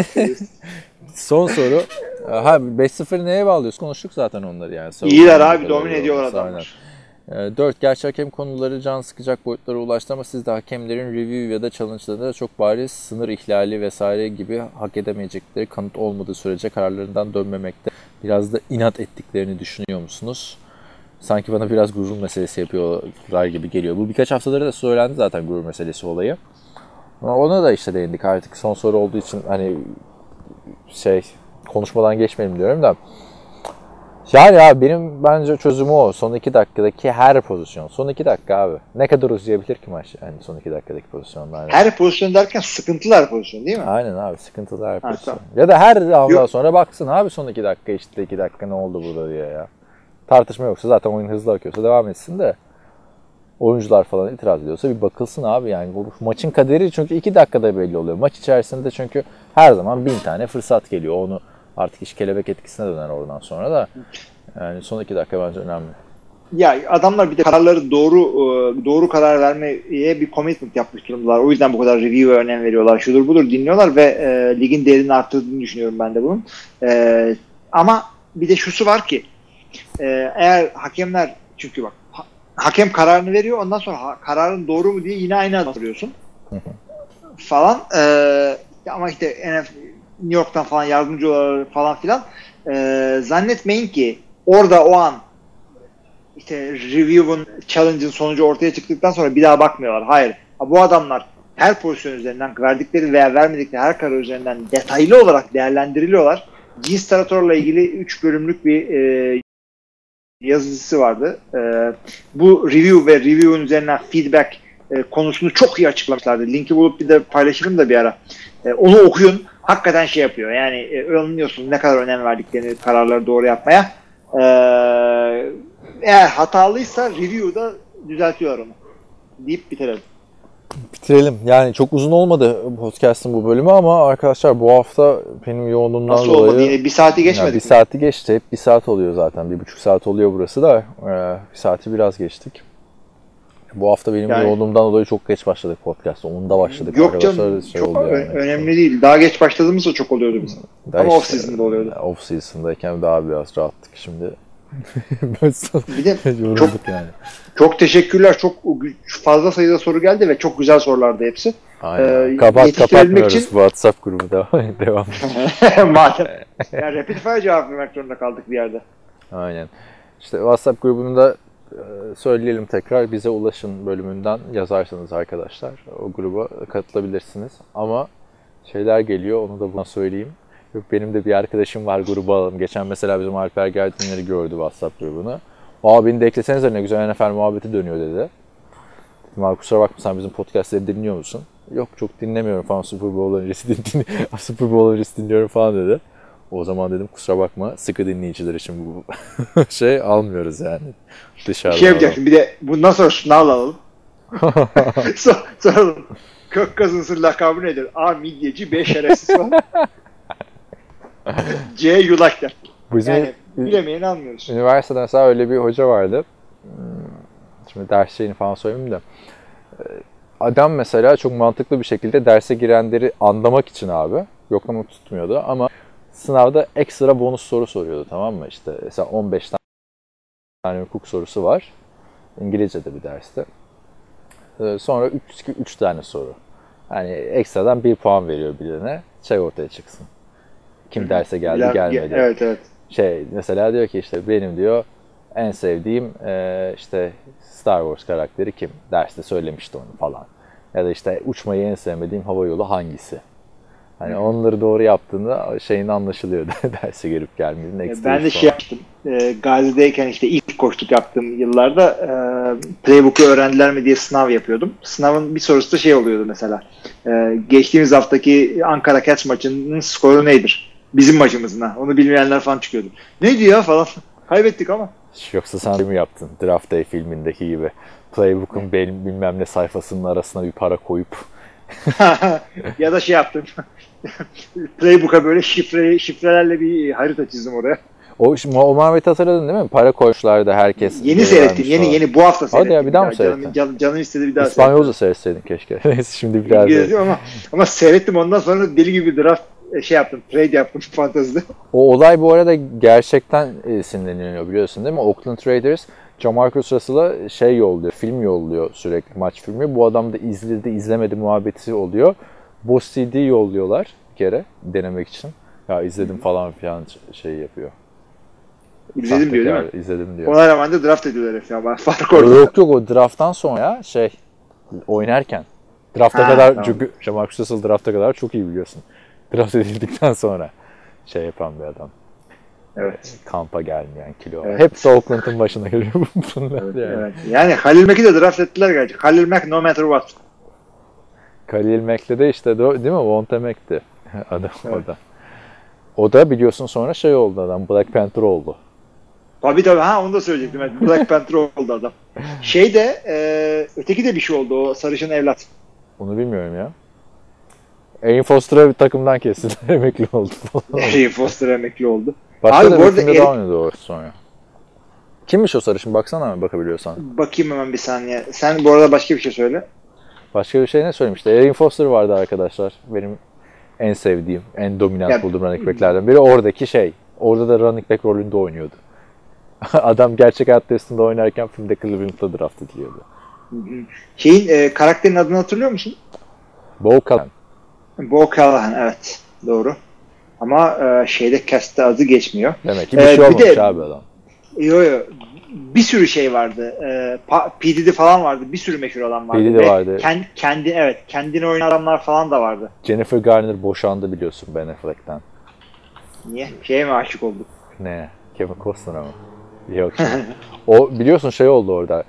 Son soru. Ha, beş sıfır neye bağlıyorsun? Konuştuk zaten onları yani. İyiler abi, domine ediyorlar adamlar. dört Gerçi hakem konuları can sıkacak boyutlara ulaştı ama siz de hakemlerin review ya da challenge'larında çok bariz sınır ihlali vesaire gibi hak edemeyecekleri kanıt olmadığı sürece kararlarından dönmemekte biraz da inat ettiklerini düşünüyor musunuz? Sanki bana biraz gurur meselesi yapıyorlar gibi geliyor. Bu birkaç haftaları da söylendi zaten gurur meselesi olayı. Ama ona da işte değindik artık son soru olduğu için hani şey konuşmadan geçmeyelim diyorum da. Yani ya benim bence çözümü o. Son iki dakikadaki her pozisyon. Son iki dakika abi. Ne kadar uzayabilir ki maç? Yani son iki dakikadaki pozisyonlar. Yani. Her pozisyon derken sıkıntılı her pozisyon değil mi? Aynen abi, sıkıntılı her Ha, pozisyon. tamam. Ya da her andan Yok. sonra baksın abi son iki dakika işte iki dakika ne oldu burada diye ya. Tartışma yoksa zaten oyun hızlı akıyorsa devam etsin de. Oyuncular falan itiraz ediyorsa bir bakılsın abi yani. Bu maçın kaderi çünkü iki dakikada belli oluyor. Maç içerisinde çünkü her zaman bin tane fırsat geliyor. Onu artık iş kelebek etkisine döner oradan sonra da. Yani son iki dakika bence önemli. Ya adamlar bir de kararları doğru doğru karar vermeye bir commitment yapmış durumdalar. O yüzden bu kadar review'e önem veriyorlar. Şudur budur dinliyorlar ve e, ligin değerini arttırdığını düşünüyorum ben de bunun. E, ama bir de şusu var ki e, eğer hakemler, çünkü bak ha, hakem kararını veriyor, ondan sonra ha, kararın doğru mu diye yine aynı adım soruyorsun falan. E, ama işte N F L, New York'tan falan yardımcı olarak falan filan e, zannetmeyin ki orada o an İşte review'un, challenge'ın sonucu ortaya çıktıktan sonra bir daha bakmıyorlar. Hayır. Bu adamlar her pozisyon üzerinden verdikleri veya vermedikleri her karar üzerinden detaylı olarak değerlendiriliyorlar. Gene Strator'la ilgili üç bölümlük bir e, yazısı vardı. E, bu review ve review'un üzerinden feedback e, konusunu çok iyi açıklamışlardı. Linki bulup bir de paylaşırım da bir ara. E, onu okuyun. Hakikaten şey yapıyor. Yani e, anlıyorsunuz ne kadar önem verdiklerini kararları doğru yapmaya. Eee Eğer hatalıysa review'da düzeltiyorlar onu deyip bitirelim. Bitirelim. Yani çok uzun olmadı podcast'ın bu bölümü ama arkadaşlar bu hafta benim yoğunluğumdan Nasıl dolayı... olmadı? Yine bir saati geçmedik. Bir saati geçti. Hep bir saat oluyor zaten. Bir buçuk saat oluyor burası da. Ee, bir saati biraz geçtik. Bu hafta benim yani, yoğunluğumdan dolayı çok geç başladık podcast'a. onda başladık. Yok canım. Şey çok yani. önemli değil. Daha geç başladığımızda çok oluyordu bizim. Daha Ama işte, off-season'da oluyordu. Off-season'dayken daha biraz rahattık şimdi. Bir de yorulduk çok, yani. Çok teşekkürler. Çok fazla sayıda soru geldi ve çok güzel sorulardı hepsi. Aynen. Ee, Kapat kapatmıyoruz. için... WhatsApp grubu devam. devam. Madem. Yani rapid fire cevap vermek zorunda kaldık bir yerde. Aynen. İşte WhatsApp grubunu da söyleyelim tekrar. Bize ulaşın bölümünden yazarsanız arkadaşlar. O gruba katılabilirsiniz. Ama şeyler geliyor. Onu da buradan söyleyeyim. Yok, benim de bir arkadaşım var, gruba alalım. Geçen mesela bizim Alper Gertinleri gördü WhatsApp grubunu. Aa beni de eklesenize, ne güzel N F L muhabbeti dönüyor dedi. Dedim abi kusura bakma, sen bizim podcastleri dinliyor musun? Yok çok dinlemiyorum falan, Super Bowl öncesi, din Super Bowl öncesi dinliyorum falan dedi. O zaman dedim kusura bakma, sıkı dinleyiciler için bu şey almıyoruz yani. Dışarıda. Şey yapacaksın bir de bundan sonra sınav alalım. Soralım. Kök Cousins'ın lakabı nedir? A. Midyeci, B. Şerefsiz falan. C. Yulaklar. Bizim yani bilemeyeni almıyoruz. Üniversitede mesela öyle bir hoca vardı. Şimdi ders şeyini falan söyleyeyim de. Adam mesela çok mantıklı bir şekilde derse girenleri anlamak için abi yoklama tutmuyordu ama sınavda ekstra bonus soru soruyordu, tamam mı? İşte mesela on beş tane tane hukuk sorusu var. İngilizce'de bir derste. Ee, sonra üç tane soru. Yani ekstradan bir puan veriyor birine. Şey ortaya çıksın. Kim derse geldi Bilen, gelmedi. Evet evet. Şey mesela diyor ki işte benim diyor en sevdiğim e, işte Star Wars karakteri kim? Derste söylemişti onu falan. Ya da işte uçmayı en sevmediğim hava yolu hangisi? Hani hmm. onları doğru yaptığında şeyin anlaşılıyor derse gelip gelmediğinde. Ben de şey yaptım. E, Gazi'deyken işte ilk koçluk yaptığım yıllarda e, playbook'u öğrendiler mi diye sınav yapıyordum. Sınavın bir sorusu da şey oluyordu mesela. E, geçtiğimiz haftaki Ankara Cats maçının skoru nedir? Bizim maçımızına. Onu bilmeyenler falan çıkıyordu. Neydi ya falan. Kaybettik ama. Yoksa sen mi yaptın? Draft Day filmindeki gibi. Playbook'un benim bilmem ne sayfasının arasına bir para koyup. Ya da şey yaptım. Playbook'a böyle şifre, şifrelerle bir harita çizdim oraya. O, o muhabbeti hatırladın değil mi? Para koymuşlardı herkes. Yeni seyrettim. Yeni falan. Yeni bu hafta seyrettim. Hadi ya bir daha mı seyrettin? Canım, canım, canım istedi bir daha seyrettim. İspanyolca seyretseydin keşke. Neyse şimdi biraz da. Ama, ama seyrettim ondan sonra deli gibi draft şey yaptım. Trade yaptım fantezide. O olay bu arada gerçekten isimleniyor biliyorsun değil mi? Oakland Raiders Jamarcus Russell'a şey yolluyor, film yolluyor sürekli maç filmi. Bu adam da izledi, izlemedi muhabbeti oluyor. Boss C D yolluyorlar bir kere denemek için. Ya izledim falan filan şey yapıyor. İzledim diyor değil mi? İzledim diyor. Ona rağmen de draft ediyorlar hep ya. Fark orada. Yok yok o drafttan sonra şey oynarken. Drafta ha, kadar tamam. Çünkü Jamarcus Russell drafta kadar çok iyi biliyorsun. Draft edildikten sonra şey yapan bir adam. Evet. Kampa gelmeyen kilo. Evet. Hep Oakland'ın başına geliyor bunlar. Evet, yani. Evet. yani Halil Mack'i de draft ettiler gerçi. Halil Mack no matter what. Halil Mack'le de işte değil mi? Vontae Mack'ti adam evet. o da. O da biliyorsun sonra şey oldu adam. Black Panther oldu. Tabii tabii. Ha onu da söyleyecektim. Evet. Black Panther oldu adam. Şey de e, öteki de bir şey oldu. O sarışın evlat. Onu bilmiyorum ya. Erin Foster'a bir takımdan kestiler. Emekli oldu falan. Erin Foster emekli oldu. Başka Abi, da bir filmde Erin... daha oynadı o sonra. Kimmiş o sarışın? Baksana mı bakabiliyorsan. Bakayım hemen bir saniye. Sen bu arada başka bir şey söyle. Başka bir şey ne söylemişti? Erin Foster vardı arkadaşlar. Benim en sevdiğim, en dominant ya, bulduğum running back'lerden biri. Oradaki şey. Orada da running back rolünde oynuyordu. Adam gerçek hayat testinde oynarken filmde Cleveland'da draft ediliyordu. Şeyin e, karakterin adını hatırlıyor musun? Bo Callahan. Bo Callahan evet. Doğru. Ama e, şeyde cast'te adı geçmiyor. Demek ki bir şey ee, olmamış de, abi adam. Yo yo. Bir sürü şey vardı. E, P. Diddy falan vardı. Bir sürü meşhur adam vardı. P. Diddy vardı. Kendi, kendi, evet. Kendini oynayan adamlar falan da vardı. Jennifer Garner boşandı biliyorsun Ben Affleck'ten. Niye? Şeye mi aşık oldu? Ne? Kevin Costner'a mı? Yok. O biliyorsun şey oldu orada.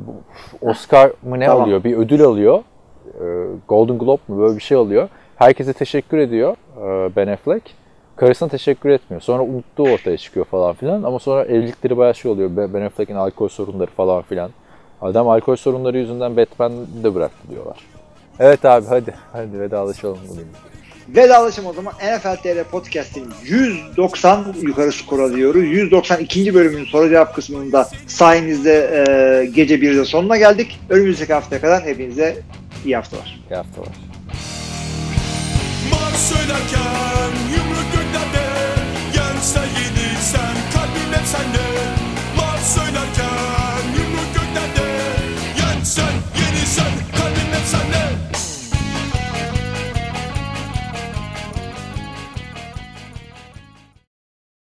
Oscar mı ne tamam. alıyor? Bir ödül alıyor. Golden Globe mu böyle bir şey alıyor. Herkese teşekkür ediyor Ben Affleck. Karısına teşekkür etmiyor. Sonra unuttuğu ortaya çıkıyor falan filan. Ama sonra evlilikleri bayağı şey oluyor. Ben Affleck'in alkol sorunları falan filan. Adam alkol sorunları yüzünden Batman'ı da bıraktı diyorlar. Evet abi hadi. Hadi vedalaşalım bugün. Vedalaşım o zaman N F L T R Podcast'in yüz doksan yukarı skor alıyoruz. yüz doksan ikinci bölümünün soru cevap kısmında sayenizde e, gece birde sonuna geldik. Önümüzdeki haftaya kadar hepinize iyi haftalar. İyi haftalar. Marş söylerken yumruk